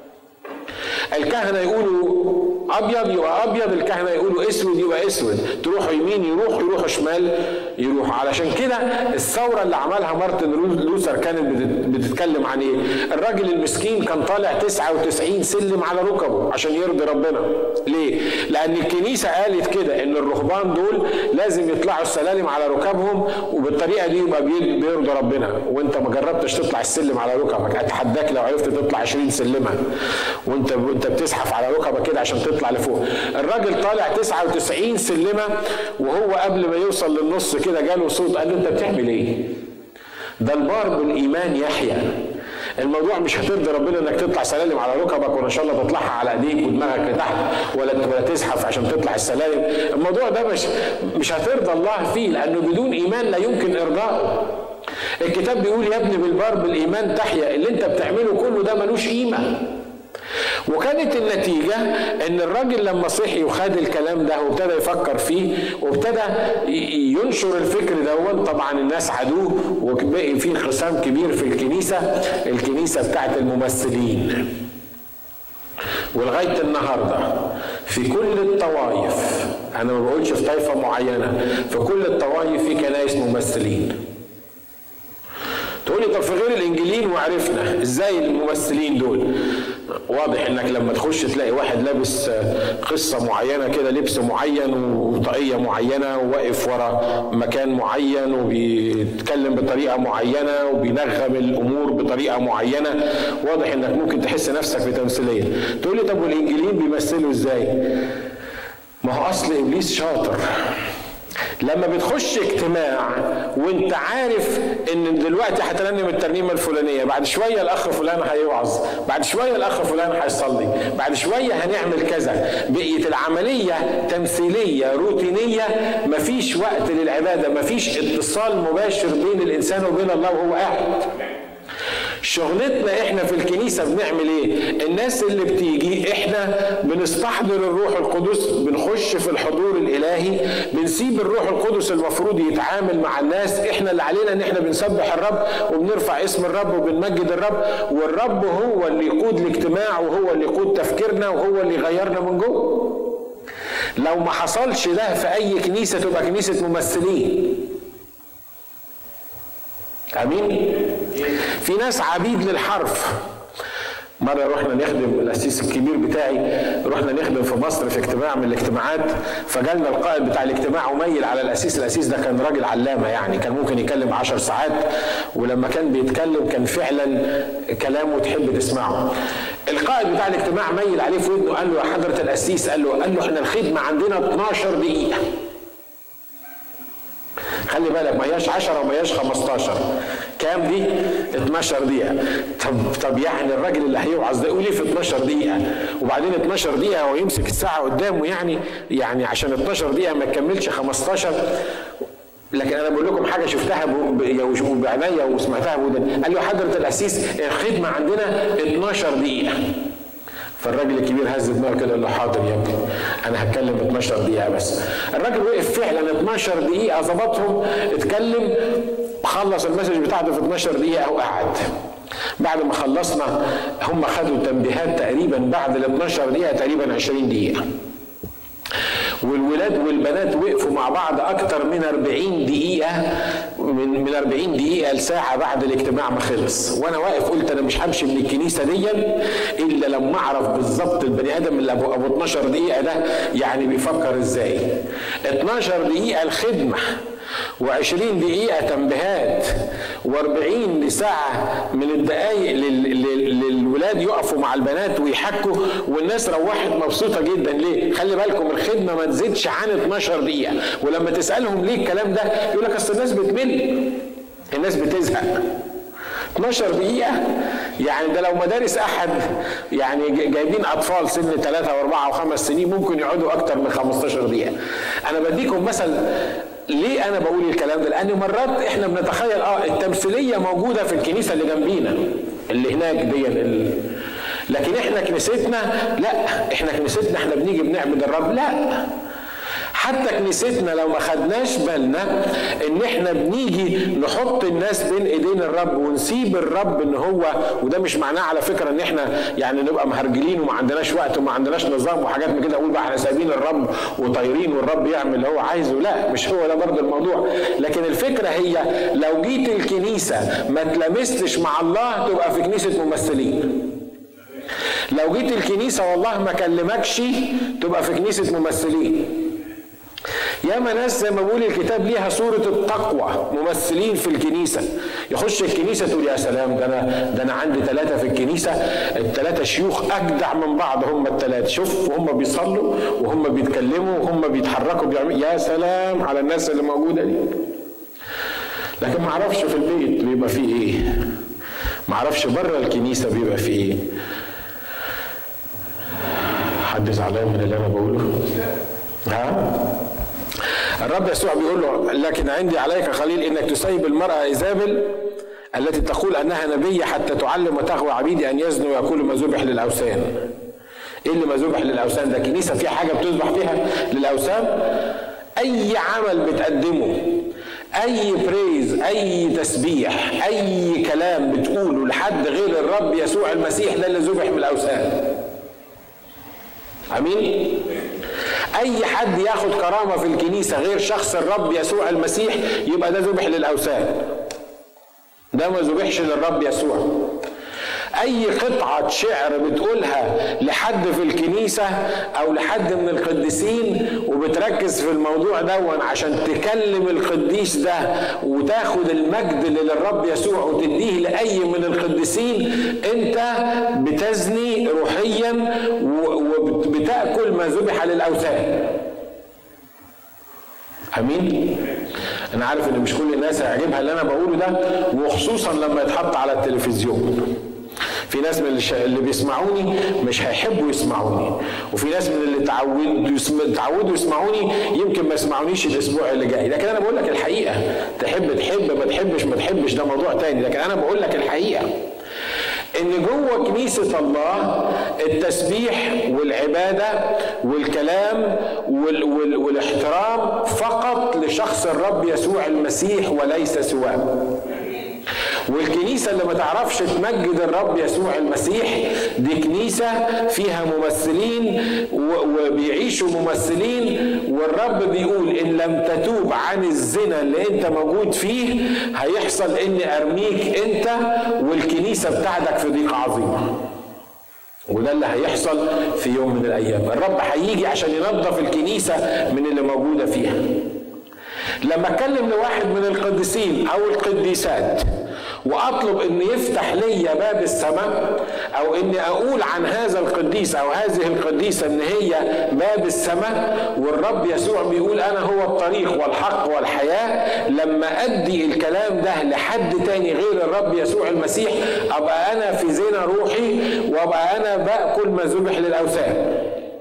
الكهنة يقولوا أبيض يبقى أبيض، الكهنة يقولوا أسود يبقى أسود، تروحوا يمين يروح، يروحوا شمال يروح. علشان كده الثورة اللي عملها مارتن لوثر كانت بتتكلم عن إيه؟ الراجل المسكين كان طالع تسعة وتسعين سلم على ركبه عشان يرضي ربنا. ليه؟ لأن الكنيسة قالت كده إن الرهبان دول لازم يطلعوا السلالم على ركبهم، وبالطريقة دي يبقى بيرضي ربنا. وأنت ما جربتش تطلع السلم على ركبك، أتحداك لو عرفت تطلع عشرين سلمة وأنت انت بتزحف على ركبك كده عشان تطلع لفوق. الراجل طالع تسعة وتسعين سلمه، وهو قبل ما يوصل للنص كده جاله صوت قال له انت بتعمل ايه؟ ده البار بالايمان يحيى. الموضوع مش هترضي ربنا انك تطلع سلالم على ركبك، وان شاء الله تطلعها على ايديك ودماغك لتحت، ولا ولا تزحف عشان تطلع السلالم. الموضوع ده مش مش هترضى الله فيه، لانه بدون ايمان لا يمكن ارضائه. الكتاب بيقول يا ابني بالبار بالايمان تحيا. اللي انت بتعمله كله ده ملوش قيمه. وكانت النتيجة ان الراجل لما صحي وخد الكلام ده وابتدى يفكر فيه وابتدى ينشر الفكر ده، طبعا الناس عادوه، وبقي فيه خصام كبير في الكنيسة، الكنيسة بتاعت الممثلين. ولغاية النهاردة في كل الطوائف، انا ما بقولش في طائفة معينة، في كل الطوائف في كنائس ممثلين. تقولي طب في غير الانجيلين وعرفنا ازاي الممثلين دول؟ واضح انك لما تخش تلاقي واحد لابس قصة معينة كده، لبس معين وطاقية معينة، وواقف ورا مكان معين وبيتكلم بطريقة معينة وبينغم الامور بطريقة معينة. واضح انك ممكن تحس نفسك في تمثيلية. تقولي طب والانجيلين بيمثلوا ازاي؟ ما هو اصل ابليس شاطر. لما بتخش اجتماع وانت عارف ان دلوقتي هترنم الترنيمه الفلانيه، بعد شويه الاخ فلان هيوعظ، بعد شويه الاخ فلان هيصلي، بعد شويه هنعمل كذا، بقيت العمليه تمثيليه روتينيه، مفيش وقت للعباده، مفيش اتصال مباشر بين الانسان وبين الله وهو قاعد. شغلتنا احنا في الكنيسة بنعمل ايه؟ الناس اللي بتيجي احنا بنستحضر الروح القدس، بنخش في الحضور الالهي، بنسيب الروح القدس المفروض يتعامل مع الناس. احنا اللي علينا ان احنا بنسبح الرب وبنرفع اسم الرب وبنمجد الرب، والرب هو اللي يقود الاجتماع، وهو اللي يقود تفكيرنا، وهو اللي يغيرنا من جوه. لو ما حصلش ده في اي كنيسة تبقى كنيسة ممثلين. امين؟ في ناس عبيد للحرف. مرة رحنا نخدم، الأسيس الكبير بتاعي رحنا نخدم في مصر في اجتماع من الاجتماعات، فجالنا القائد بتاع الاجتماع وميل على الأسيس. الأسيس ده كان راجل علامة، يعني كان ممكن يتكلم عشر ساعات، ولما كان بيتكلم كان فعلا كلامه تحب تسمعه. القائد بتاع الاجتماع ميل عليه في ودنه قال له يا حضرة الأسيس، قال له قال له احنا الخدمة عندنا اتناشر دقيقة. خلي بالك، ما هياش عشرة وما هياش خمستاشر، كام دي؟ اتناشر دقيقة. طب طب يعني الراجل اللي هيوعظ ده يقول ايه في اتناشر دقيقة؟ وبعدين اتناشر دقيقة ويمسك الساعة قدامه، يعني يعني عشان اتناشر دقيقة ما تكملش خمستاشر. لكن انا بقول لكم حاجة شفتها بعناية وسمعتها بودن. قال له حضرة الأسيس الخدمة عندنا اتناشر دقيقة. فالراجل الكبير هز دماغه كده قال له حاضر يا ابني انا هتكلم اتناشر دقيقه بس. الراجل وقف فعلا اتناشر دقيقه ظبطهم، اتكلم، خلص المسج بتاعته في اتناشر دقيقه وقعد. بعد ما خلصنا هم خدوا تنبيهات تقريبا بعد ال اتناشر دقيقه تقريبا عشرين دقيقه. والولاد والبنات وقفوا مع بعض اكتر من أربعين دقيقة، من من أربعين دقيقة لساعة بعد الاجتماع ما خلص. وانا واقف قلت انا مش همشي من الكنيسة دي الا لما اعرف بالظبط البني ادم اللي ابو ابو اتناشر دقيقة ده يعني بيفكر ازاي. اتناشر دقيقة الخدمة وعشرين دقيقة تنبيهات واربعين ساعة من الدقايق للولاد يقفوا مع البنات ويحكوا، والناس روحت مبسوطة جدا. ليه؟ خلي بالكم الخدمة ما تزيدش عن اتناشر دقيقة، ولما تسألهم ليه الكلام ده يقول لك اصل الناس بتمل، الناس بتزهق. اتناشر دقيقة يعني ده لو مدارس احد يعني جايبين اطفال سن ثلاثة واربعة وخمس سنين ممكن يقعدوا اكتر من خمستاشر دقيقة. انا بديكم مثل. ليه انا بقول الكلام ده؟ لان مرات احنا بنتخيل اه التمثيليه موجوده في الكنيسه اللي جنبينا اللي هناك دي ال... لكن احنا كنيستنا لا، احنا كنيستنا احنا بنيجي بنعبد الرب. لا، حتى كنيستنا لو ما خدناش بالنا ان احنا بنيجي نحط الناس بين ايدين الرب ونسيب الرب ان هو، وده مش معناه على فكره ان احنا يعني نبقى مهرجلين وما عندناش وقت وما عندناش نظام وحاجات من كده، اقول بقى احنا سايبين الرب وطايرين والرب يعمل اللي هو عايزه. لا، مش هو ده برضه الموضوع. لكن الفكره هي لو جيت الكنيسه ما تلمستش مع الله تبقى في كنيسه ممثلين. لو جيت الكنيسه والله ما كلمكش تبقى في كنيسه ممثلين. ياما ناس زي ما بقول الكتاب ليها صورة التقوى ممثلين في الكنيسة، يخش الكنيسة تقول يا سلام ده انا ده انا عندي ثلاثة في الكنيسة، الثلاثة شيوخ اجدع من بعض هم الثلاثة، شوف وهم بيصلوا وهم بيتكلموا وهم بيتحركوا بيعملوا، يا سلام على الناس اللي موجودة دي. لكن ما اعرفش في البيت بيبقى فيه ايه، ما اعرفش بره الكنيسة بيبقى فيه ايه. حد زعلان من اللي انا بقوله؟ ها؟ الرب يسوع بيقول له لكن عندي عليك خليل انك تسيب المرأة ايزابل التي تقول انها نبية حتى تعلم وتغوى عبيدي ان يزنوا ويأكلوا ما ذبح للاوثان. ايه اللي ما ذبح للاوثان ده؟ كنيسة فيها حاجة بتذبح فيها للاوثان؟ اي عمل بتقدمه، اي بريز، اي تسبيح، اي كلام بتقوله لحد غير الرب يسوع المسيح ده اللي ذبح من الاوثان. امين؟ اي حد ياخد كرامة في الكنيسة غير شخص الرب يسوع المسيح يبقى ده ذبح للاوثان، ده ما ذبحش للرب يسوع. اي قطعة شعر بتقولها لحد في الكنيسة او لحد من القديسين وبتركز في الموضوع دون عشان تكلم القديس ده وتاخد المجد للرب يسوع وتديه لأي من القديسين، انت بتزني روحيا وبتأكل ما ذبح للأوثان. امين؟ انا عارف ان مش كل الناس هيعجبها اللي انا بقوله ده، وخصوصا لما يتحط على التلفزيون. في ناس من اللي بيسمعوني مش هيحبوا يسمعوني، وفي ناس من اللي تعودوا تعودوا يسمعوني يمكن ما يسمعونيش الاسبوع اللي جاي. لكن انا بقول لك الحقيقه، تحب تحب ما تحبش ما تحبش ده موضوع تاني، لكن انا بقول لك الحقيقه ان جوه كنيسه الله التسبيح والعباده والكلام وال وال والاحترام فقط لشخص الرب يسوع المسيح وليس سواه. والكنيسة اللي ما تعرفش تمجد الرب يسوع المسيح دي كنيسة فيها ممثلين وبيعيشوا ممثلين، والرب بيقول إن لم تتوب عن الزنا اللي انت موجود فيه هيحصل إني أرميك انت والكنيسة بتاعتك في ضيق عظيم. وده اللي هيحصل في يوم من الأيام. الرب هيجي عشان ينظف الكنيسة من اللي موجودة فيها. لما اتكلم لواحد من القديسين او القديسات واطلب ان يفتح لي باب السماء، او اني اقول عن هذا القديس او هذه القديسة ان هي باب السماء، والرب يسوع بيقول انا هو الطريق والحق والحياة، لما ادي الكلام ده لحد تاني غير الرب يسوع المسيح ابقى انا في زنا روحي وابقى انا باكل ما ذبح للاوثان.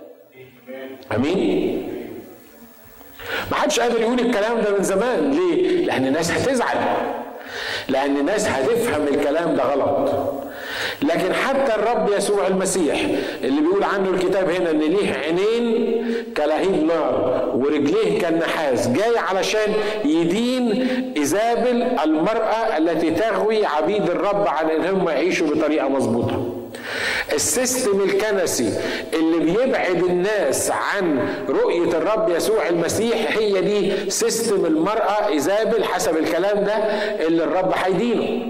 امين؟ ما حدش قادر يقول الكلام ده من زمان. ليه؟ لأن الناس هتزعل، لأن الناس هتفهم الكلام ده غلط. لكن حتى الرب يسوع المسيح اللي بيقول عنه الكتاب هنا ان ليه عينين كلهيب نار ورجليه كالنحاس، جاي علشان يدين إيزابل المرأة التي تغوي عبيد الرب عن ان هم يعيشوا بطريقة مظبوطة. السيستم الكنسي اللي بيبعد الناس عن رؤية الرب يسوع المسيح هي دي سيستم المرأة إيزابل حسب الكلام ده اللي الرب هيدينه.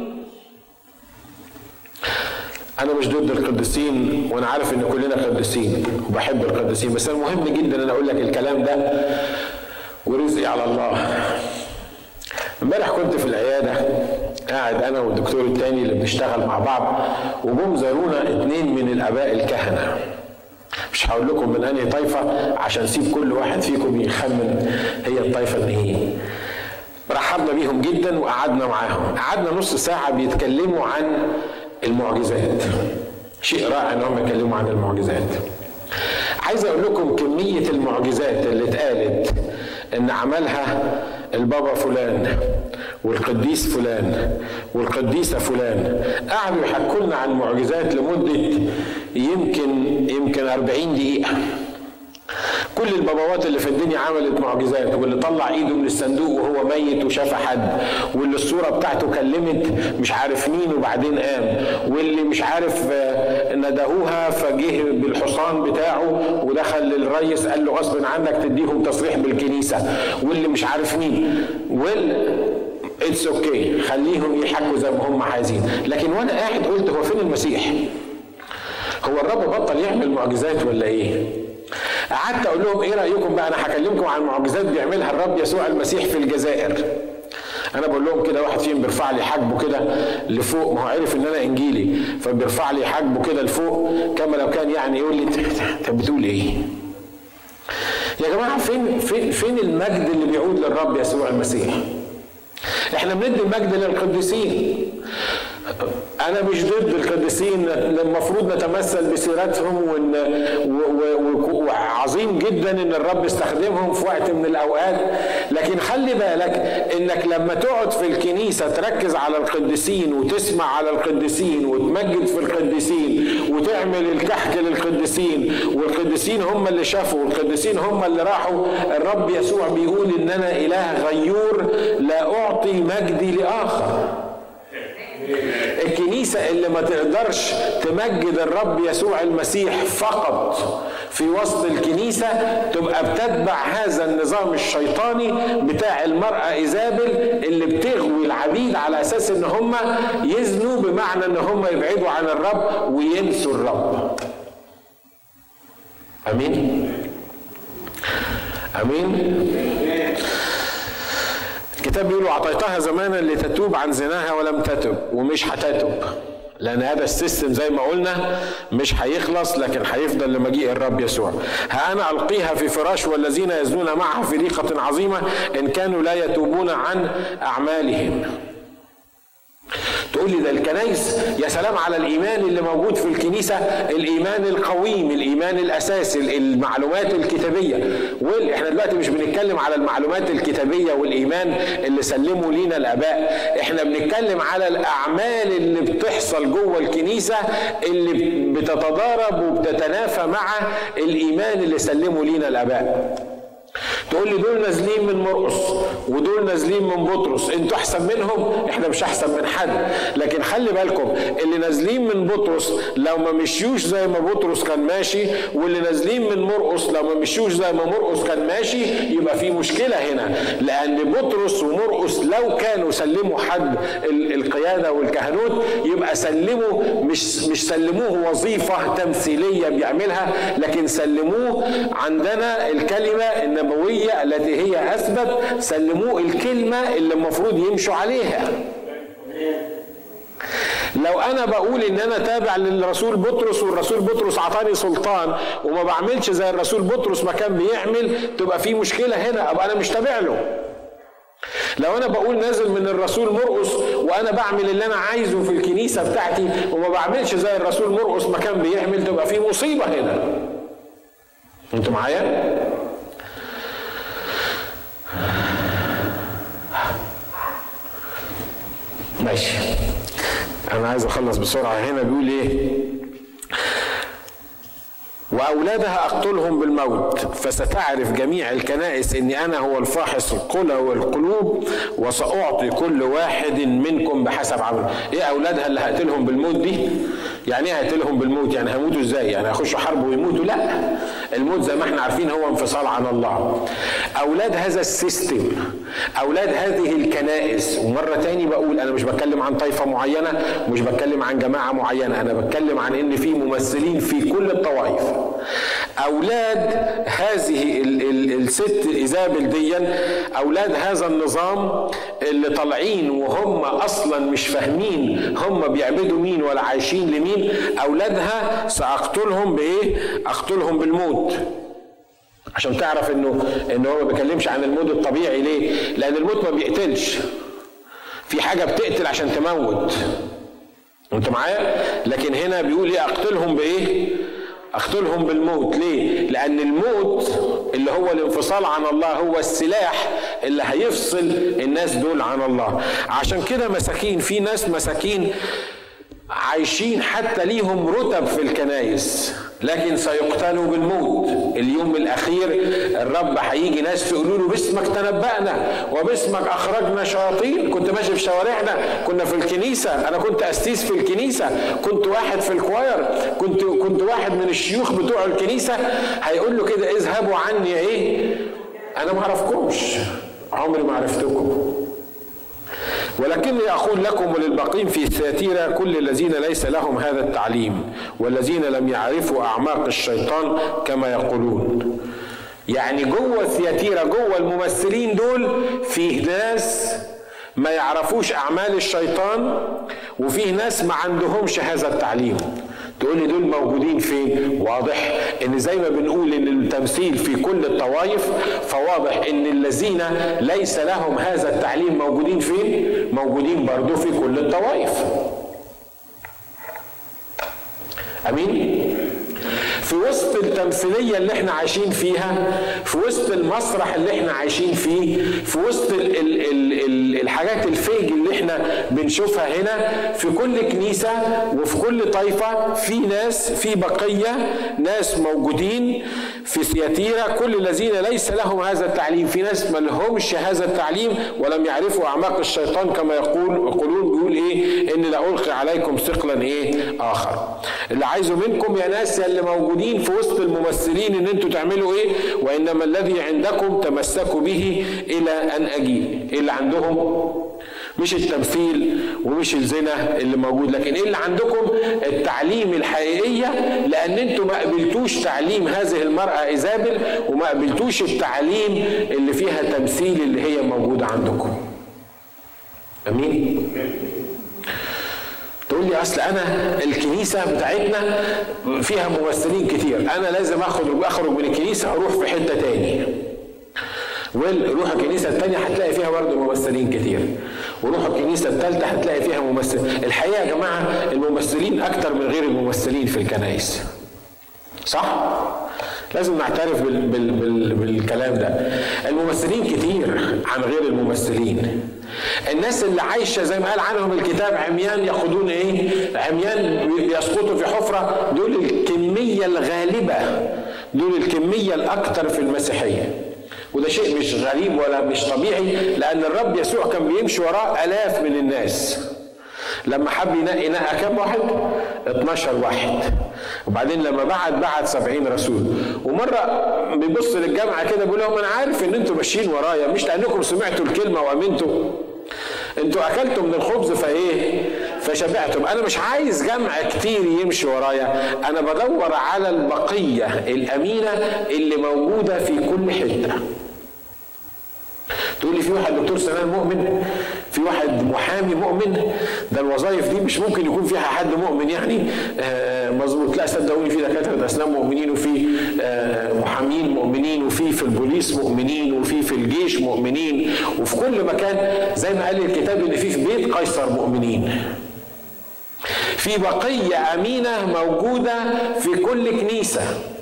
أنا مش ضد القديسين، وأنا عارف إن كلنا قديسين وبحب القديسين، بس المهم جدا أنا أقول لك الكلام ده ورزقي على الله. امبارح كنت في العيادة قاعد أنا والدكتور التاني اللي بنشتغل مع بعض، وجم زارونا اتنين من الآباء الكهنة. مش هقول لكم من أنهي طائفة عشان سيب كل واحد فيكم يخمن هي الطائفة اللي هي. رحبنا بيهم جدا وقعدنا معاهم، قعدنا نص ساعة بيتكلموا عن المعجزات. شيء رائع انهم يتكلموا عن المعجزات. عايز اقول لكم كمية المعجزات اللي اتقالت ان عملها البابا فلان والقديس فلان والقديسة فلان، قعدوا يحكوا لنا عن معجزات لمدة يمكن يمكن أربعين دقيقة. كل الباباوات اللي في الدنيا عملت معجزات، واللي طلع ايده من الصندوق وهو ميت وشاف حد، واللي الصورة بتاعته كلمت مش عارف مين وبعدين قام، واللي مش عارف ندهوها فجه بالحصان بتاعه ودخل للريس قال له غصب عنك تديهم تصريح بالكنيسة، واللي مش عارف مين. وال اتس اوكي okay. خليهم يحكوا زي ما هم عايزين. لكن وانا قاعد قلت هو فين المسيح؟ هو الرب بطل يعمل معجزات ولا ايه؟ قعدت اقول لهم ايه رايكم بقى، انا هكلمكم عن معجزات بيعملها الرب يسوع المسيح في الجزائر. انا بقول لهم كده، واحد فيهم بيرفع لي حاجبه كده لفوق، ما هو عارف ان انا انجيلي، فبيرفع لي حاجبه كده لفوق كما لو كان يعني يقول لي انت بتقول ايه يا جماعه؟ فين فين فين المجد اللي بيعود للرب يسوع المسيح؟ احنا بندي المجد للقديسين. انا مش ضد القديسين، المفروض نتمثل بسيرتهم، وعظيم جدا ان الرب استخدمهم في وقت من الاوقات. لكن خلي بالك انك لما تقعد في الكنيسة تركز على القديسين وتسمع على القديسين وتمجد في القديسين وتعمل الكحك للقديسين، والقديسين هم اللي شافوا والقديسين هم اللي راحوا. الرب يسوع بيقول ان انا اله غيور لا اعطي مجدي لاخر. الكنيسة اللي ما تقدرش تمجد الرب يسوع المسيح فقط في وسط الكنيسة تبقى بتتبع هذا النظام الشيطاني بتاع المرأة إيزابل اللي بتغوي العبيد على أساس إن هم يزنوا، بمعنى إن هم يبعدوا عن الرب وينسوا الرب. أمين؟ أمين؟ الكتاب بيقول أعطيتها زمانا لتتوب عن زناها ولم تتب، ومش هتتوب، لأن هذا السيستم زي ما قلنا مش هيخلص، لكن هيفضل لمجيء الرب يسوع. ها أنا ألقيها في فراش والذين يزنون معها في ضيقة عظيمة إن كانوا لا يتوبون عن أعمالهم. تقول لي ده الكنايس، يا سلام على الإيمان اللي موجود في الكنيسة، الإيمان القويم، الإيمان الأساسي، المعلومات الكتابية. وإحنا دلوقتي مش بنتكلم على المعلومات الكتابية والإيمان اللي سلموا لينا الآباء، إحنا بنتكلم على الأعمال اللي بتحصل جوه الكنيسة اللي بتتضارب وبتتنافى مع الإيمان اللي سلموا لينا الآباء. تقول لي دول نازلين من مرقس ودول نازلين من بطرس، انتوا احسن منهم؟ احنا مش احسن من حد، لكن خلي بالكم اللي نازلين من بطرس لو ما مشيوش زي ما بطرس كان ماشي، واللي نازلين من مرقس لو ما مشيوش زي ما مرقس كان ماشي، يبقى في مشكلة هنا. لأن بطرس ومرقس لو كانوا سلموا حد القيادة والكهنوت يبقى سلموا، مش مش سلموه وظيفة تمثيلية بيعملها، لكن سلموه عندنا الكلمة النبوية التي هي أثبت، سلموه الكلمة اللي المفروض يمشوا عليها. لو أنا بقول إن أنا تابع للرسول بطرس والرسول بطرس عطاني سلطان وما بعملش زي الرسول بطرس ما كان بيعمل، تبقى في مشكلة هنا، أبقى أنا مش تابع له. لو أنا بقول نازل من الرسول مرقس وأنا بعمل اللي أنا عايزه في الكنيسة بتاعتي وما بعملش زي الرسول مرقس ما كان بيعمل، تبقى في مصيبة هنا. أنتوا معايا؟ ماشي، أنا عايز أخلص بسرعة. هنا بيقول إيه؟ وأولادها أقتلهم بالموت، فستعرف جميع الكنائس إني أنا هو الفاحص القلى والقلوب، وسأعطي كل واحد منكم بحسب عمله. إيه أولادها اللي هقتلهم بالموت دي؟ يعني ايه هيقتلهم بالموت؟ يعني هيموتوا ازاي؟ يعني هيخشوا حرب ويموتوا؟ لا، الموت زي ما احنا عارفين هو انفصال عن الله. اولاد هذا السيستم، اولاد هذه الكنائس، ومره تاني بقول انا مش بتكلم عن طائفه معينه ومش بتكلم عن جماعه معينه، انا بتكلم عن ان في ممثلين في كل الطوائف. اولاد هذه ال ال الست ايزابل ديا، اولاد هذا النظام اللي طالعين وهم اصلا مش فاهمين هم بيعبدوا مين ولا عايشين لمين، اولادها ساقتلهم بايه؟ اقتلهم بالموت. عشان تعرف انه انه هو ما بيتكلمش عن الموت الطبيعي. ليه؟ لان الموت ما بيقتلش، في حاجه بتقتل عشان تموت. انت معايا؟ لكن هنا بيقول ايه؟ اقتلهم بايه؟ اقتلهم بالموت. ليه؟ لان الموت اللي هو الانفصال عن الله هو السلاح اللي هيفصل الناس دول عن الله. عشان كده مساكين، في ناس مساكين عايشين حتى ليهم رتب في الكنائس لكن سيقتلوا بالموت. اليوم الاخير الرب هيجي ناس يقولوا له باسمك تنبأنا وباسمك اخرجنا شياطين. كنت ماشي في شوارعنا، كنا في الكنيسه، انا كنت قسيس في الكنيسه، كنت واحد في الكواير، كنت كنت واحد من الشيوخ بتوع الكنيسه. هيقول له كده اذهبوا عني ايه؟ انا ما اعرفكمش، عمري ما عرفتكم. ولكني أقول لكم وللباقين في ثياتيرا كل الذين ليس لهم هذا التعليم والذين لم يعرفوا أعماق الشيطان كما يقولون. يعني جوه ثياتيرا، جوه الممثلين دول، فيه ناس ما يعرفوش أعمال الشيطان وفيه ناس ما عندهمش هذا التعليم. تقول لي دول موجودين فين؟ واضح ان زي ما بنقول ان التمثيل في كل الطوائف، فواضح ان الذين ليس لهم هذا التعليم موجودين فين؟ موجودين برضو في كل الطوائف. امين؟ في وسط التمثيلية اللي احنا عايشين فيها، في وسط المسرح اللي احنا عايشين فيه، في وسط ال ال ال ال الحاجات الفيج اللي احنا بنشوفها هنا، في كل كنيسة وفي كل طائفة في ناس، في بقية ناس موجودين في ثياتيرا كل الذين ليس لهم هذا التعليم. في ناس ما لهمش هذا التعليم ولم يعرفوا أعماق الشيطان كما يقول يقولون. بيقول ايه؟ ان لا ألقي عليكم ثقلا ايه آخر. اللي عايزه منكم يا ناس يا اللي موجودين في وسط الممثلين ان انتوا تعملوا ايه؟ وانما الذي عندكم تمسكوا به الى ان اجيب. ايه اللي عندهم؟ مش التمثيل ومش الزنا اللي موجود، لكن ايه اللي عندكم؟ التعليم الحقيقية، لان انتوا ما قبلتوش تعليم هذه المرأة ايزابل وما قبلتوش التعليم اللي فيها تمثيل اللي هي موجودة عندكم. امين؟ تقول لي اصل انا الكنيسه بتاعتنا فيها ممثلين كتير، انا لازم اخرج اخرج من الكنيسه اروح في حته تاني. وروح الكنيسه الثانيه هتلاقي فيها برضه ممثلين كتير، وروح الكنيسه الثالثه هتلاقي فيها ممثل. الحقيقه يا جماعه الممثلين اكتر من غير الممثلين في الكنائس. صح؟ لازم نعترف بال بال بال بالكلام ده. الممثلين كتير عن غير الممثلين. الناس اللي عايشه زي ما قال عنهم الكتاب عميان ياخدون ايه؟ عميان بيسقطوا في حفره. دول الكميه الغالبه، دول الكميه الاكثر في المسيحيه. وده شيء مش غريب ولا مش طبيعي، لان الرب يسوع كان بيمشي وراه الاف من الناس. لما حب ينقي نقى كم واحد؟ اتناشر واحد. وبعدين لما بعد بعد سبعين رسول. ومره بيبص للجامعه كده بيقول لهم انا عارف ان انتوا ماشيين ورايا مش لانكم سمعتوا الكلمه وامنتوا، انتوا اكلتوا من الخبز فايه؟ فشبعتم. انا مش عايز جمع كتير يمشي ورايا، انا بدور على البقيه الامينه اللي موجوده في كل حته. تقول لي في واحد دكتور سنان مؤمن، في واحد محامي مؤمن، ده الوظائف دي مش ممكن يكون فيها حد مؤمن يعني آه مظبوط. لا صدقوني، في دكاتره اسنان مؤمنين، وفي آه محامين مؤمنين، وفي في البوليس مؤمنين، وفي في الجيش مؤمنين، وفي كل مكان زي ما قال الكتاب ان في في بيت قيصر مؤمنين. في بقيه امينه موجوده في كل كنيسه،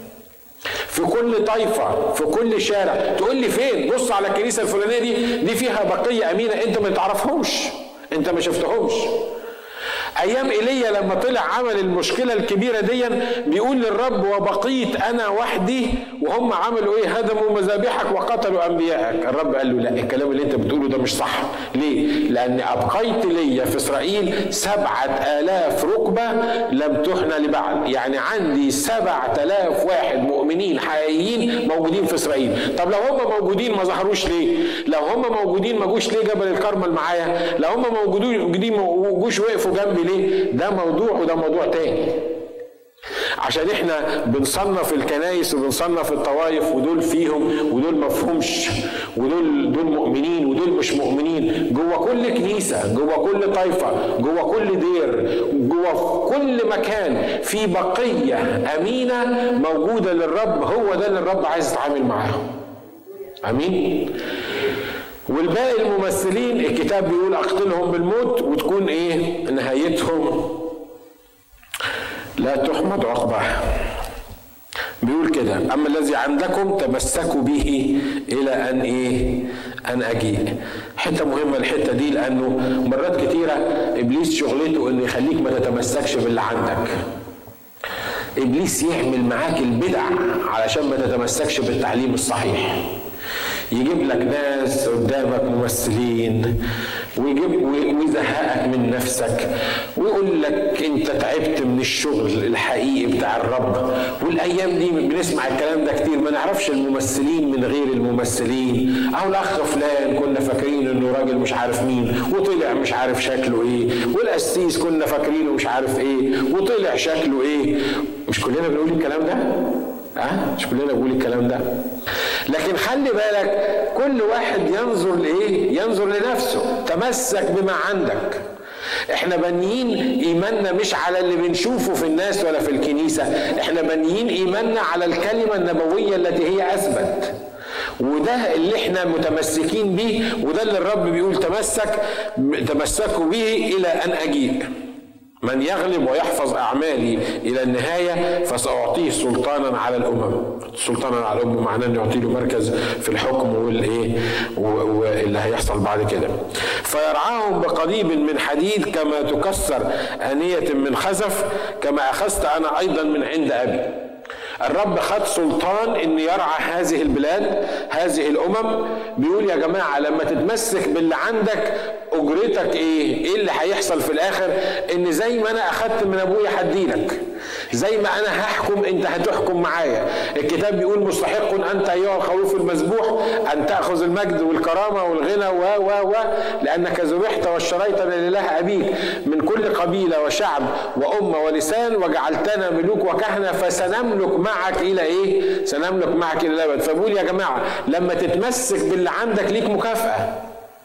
في كل طائفة، في كل شارع. تقول لي فين؟ بص على الكنيسة الفلانية دي، دي فيها بقية أمينة أنت ما تعرفهمش، أنت ما شفتهمش. ايام ايليا لما طلع عمل المشكله الكبيره دي بيقول للرب وبقيت انا وحدي وهم عملوا ايه؟ هدموا مذابحك وقتلوا انبيائك. الرب قال له لا، الكلام اللي انت بتقوله ده مش صح. ليه؟ لان ابقيت ليا في اسرائيل سبعة الاف ركبه لم تحنى لبعل. يعني عندي سبعة الاف واحد مؤمنين حقيقيين موجودين في اسرائيل. طب لو هم موجودين ما ظهروش ليه؟ لو هم موجودين ما جوش ليه جبل الكرمل معايا؟ لو هم موجودين ما جوش وقفوا جنبي ليه؟ ده موضوع وده موضوع تاني. عشان احنا بنصنف الكنائس وبنصنف الطوائف، ودول فيهم ودول مفهومش، ودول دول مؤمنين ودول مش مؤمنين. جوه كل كنيسه، جوه كل طائفه، جوه كل دير، جوه كل مكان في بقيه امينه موجوده للرب. هو ده اللي الرب عايز يتعامل معاهم. امين. والباقي الممثلين الكتاب بيقول اقتلهم بالموت وتكون ايه نهايتهم؟ لا تحمد عقباه. بيقول كده اما الذي عندكم تمسكوا به الى ان ايه؟ ان اجيء. حته مهمه الحته دي، لانه مرات كتيره ابليس شغلته انه يخليك ما تتمسكش باللي عندك. ابليس يعمل معاك البدع علشان ما تتمسكش بالتعليم الصحيح. يجيب لك ناس قدامك ممثلين ويجيب ويزهقك من نفسك ويقول لك انت تعبت من الشغل الحقيقي بتاع الرب. والايام دي بنسمع الكلام ده كتير، ما نعرفش الممثلين من غير الممثلين. او الاخ فلان كنا فاكرين انه راجل مش عارف مين وطلع مش عارف شكله ايه، والقسيس كنا فاكرينه مش عارف ايه وطلع شكله ايه. مش كلنا بنقول الكلام ده؟ ها؟ مش كلنا بنقول الكلام ده؟ لكن خلي بالك كل واحد ينظر لايه؟ ينظر لنفسه. تمسك بما عندك. احنا بنيين ايماننا مش على اللي بنشوفه في الناس ولا في الكنيسه، احنا بنيين ايماننا على الكلمه النبويه التي هي اثبت. وده اللي احنا متمسكين بيه، وده اللي الرب بيقول تمسك تمسكوا به الى ان اجيء. من يغلب ويحفظ أعمالي إلى النهاية فسأعطيه سلطانا على الأمم. سلطانا على الأمم معناه أن يعطي له مركز في الحكم والإيه واللي هيحصل بعد كده. فيرعاهم بقضيب من حديد كما تكسر آنية من خزف كما أخذت أنا أيضا من عند أبي. الرب خد سلطان ان يرعى هذه البلاد، هذه الامم. بيقول يا جماعه لما تتمسك باللي عندك اجرتك ايه؟ ايه اللي هيحصل في الاخر؟ ان زي ما انا اخدت من ابويا هديلك، زي ما انا هحكم انت هتحكم معايا. الكتاب بيقول مستحق انت ايها الخروف المذبوح ان تاخذ المجد والكرامه والغنى و و و لانك ذبحت واشتريت لله ابيك من كل قبيله وشعب وامه ولسان وجعلتنا ملوك وكهنه فسنملك معك الى ايه؟ سنملك معك الى الابد. فبقول يا جماعه لما تتمسك باللي عندك ليك مكافاه.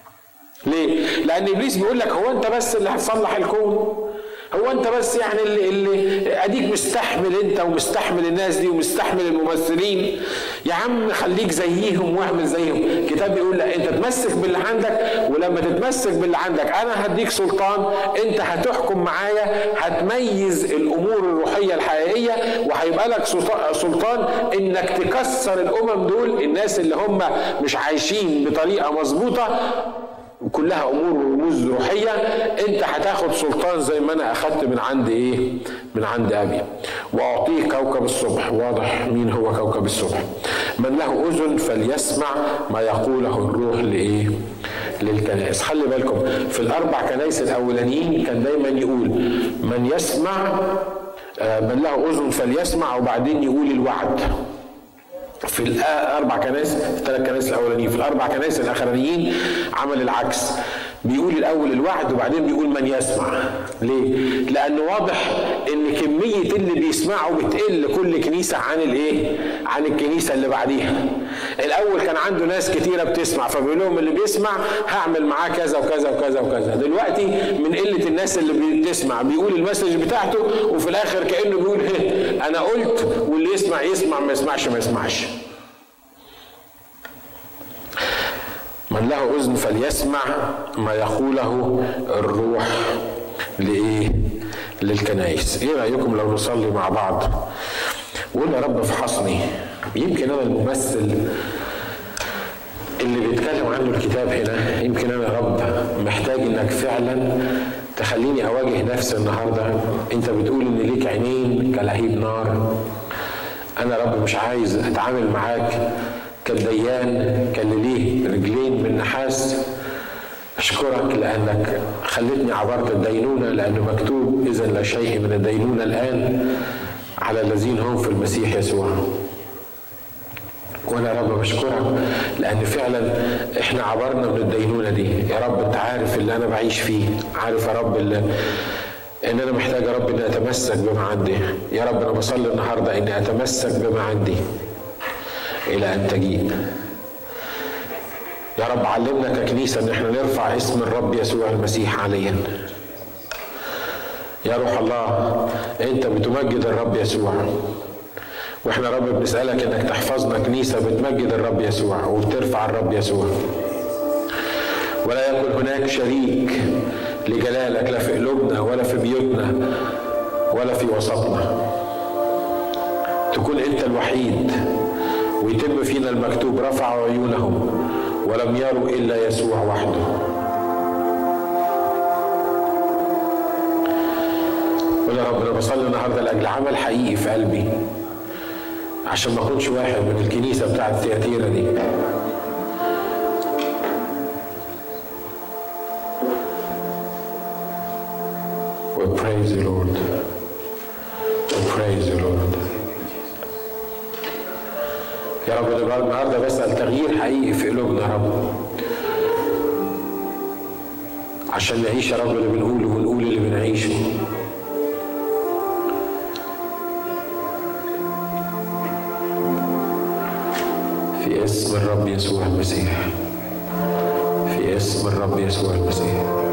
ليه؟ لان ابليس بيقول لك هو انت بس اللي هتصلح الكون؟ هو انت بس يعني اللي, اللي اديك مستحمل انت ومستحمل الناس دي ومستحمل الممثلين؟ يا عم خليك زيهم واعمل زيهم. الكتاب بيقول لا، انت تمسك باللي عندك، ولما تتمسك باللي عندك انا هديك سلطان، انت هتحكم معايا، هتميز الامور الروحيه الحقيقيه، وهيبقى لك سلطان انك تكسر الامم دول، الناس اللي هم مش عايشين بطريقه مظبوطه كلها امور ورموز روحيه. انت هتاخد سلطان زي ما انا اخدت من عند ايه؟ من عند ابي. واعطيه كوكب الصبح. واضح مين هو كوكب الصبح؟ من له اذن فليسمع ما يقوله الروح لايه؟ للكنائس. خلي بالكم في الاربع كنائس الاولانيين كان دايما يقول من يسمع، من له اذن فليسمع، وبعدين يقول الوعد. في الاربع كنائس، في الثلاث كنائس الاولانيين، في الاربع كنائس الاخرانيين عمل العكس، بيقول الاول الوعد وبعدين بيقول من يسمع. ليه؟ لانه واضح ان كميه اللي بيسمعوا بتقل كل كنيسه عن الايه؟ عن الكنيسه اللي بعديها. الاول كان عنده ناس كتيره بتسمع فبيقول لهم اللي بيسمع هعمل معاه كذا وكذا وكذا وكذا. دلوقتي من قله الناس اللي بتسمع بيقول المسج بتاعته وفي الاخر كانه بيقول هه انا قلت، واللي يسمع يسمع، ما يسمعش ما يسمعش. من له اذن فليسمع ما يقوله الروح لايه؟ للكنائس. ايه رايكم لو نصلي مع بعض وقول يا رب افحصني، يمكن انا الممثل اللي بيتكلم عنه الكتاب هنا، يمكن انا يا رب محتاج انك فعلا تخليني اواجه نفسي النهارده. انت بتقول ان ليك عينين كلهيب نار. انا رب مش عايز اتعامل معاك كالديان كاللي ليه رجلين من نحاس. اشكرك لانك خلتني عبرت الدينونه، لانه مكتوب اذا لا شيء من الدينونه الان على الذين هم في المسيح يسوع. وانا يا رب بشكرك لان فعلا احنا عبرنا من الدينونه دي. يا رب انت عارف اللي انا بعيش فيه، عارف يا رب اللي ان انا محتاج يا رب اني اتمسك بما عندي. يا رب انا بصلي النهارده اني اتمسك بما عندي الى ان تجيء. يا رب علمنا ككنيسه ان احنا نرفع اسم الرب يسوع المسيح عليا. يا روح الله انت بتمجد الرب يسوع، واحنا رب بنسألك انك تحفظنا كنيسة بتمجد الرب يسوع وبترفع الرب يسوع، ولا يكون هناك شريك لجلالك لا في قلوبنا ولا في بيوتنا ولا في وسطنا. تكون انت الوحيد، ويتم فينا المكتوب رفعوا عيونهم ولم يروا الا يسوع وحده. ويا رب انا بصلي النهارده لاجل عمل حقيقي في قلبي، عشان ما اكونش واحد من الكنيسه بتاعت التياتيرا دي. We praise you Lord. We praise you Lord. يا رب النهارده بسأل تغيير حقيقي في قلوبنا يا رب، عشان نعيش يا رب اللي بنقوله ونقول اللي بنعيشه. في اسم الرب يسوع المسيح، في اسم الرب يسوع المسيح.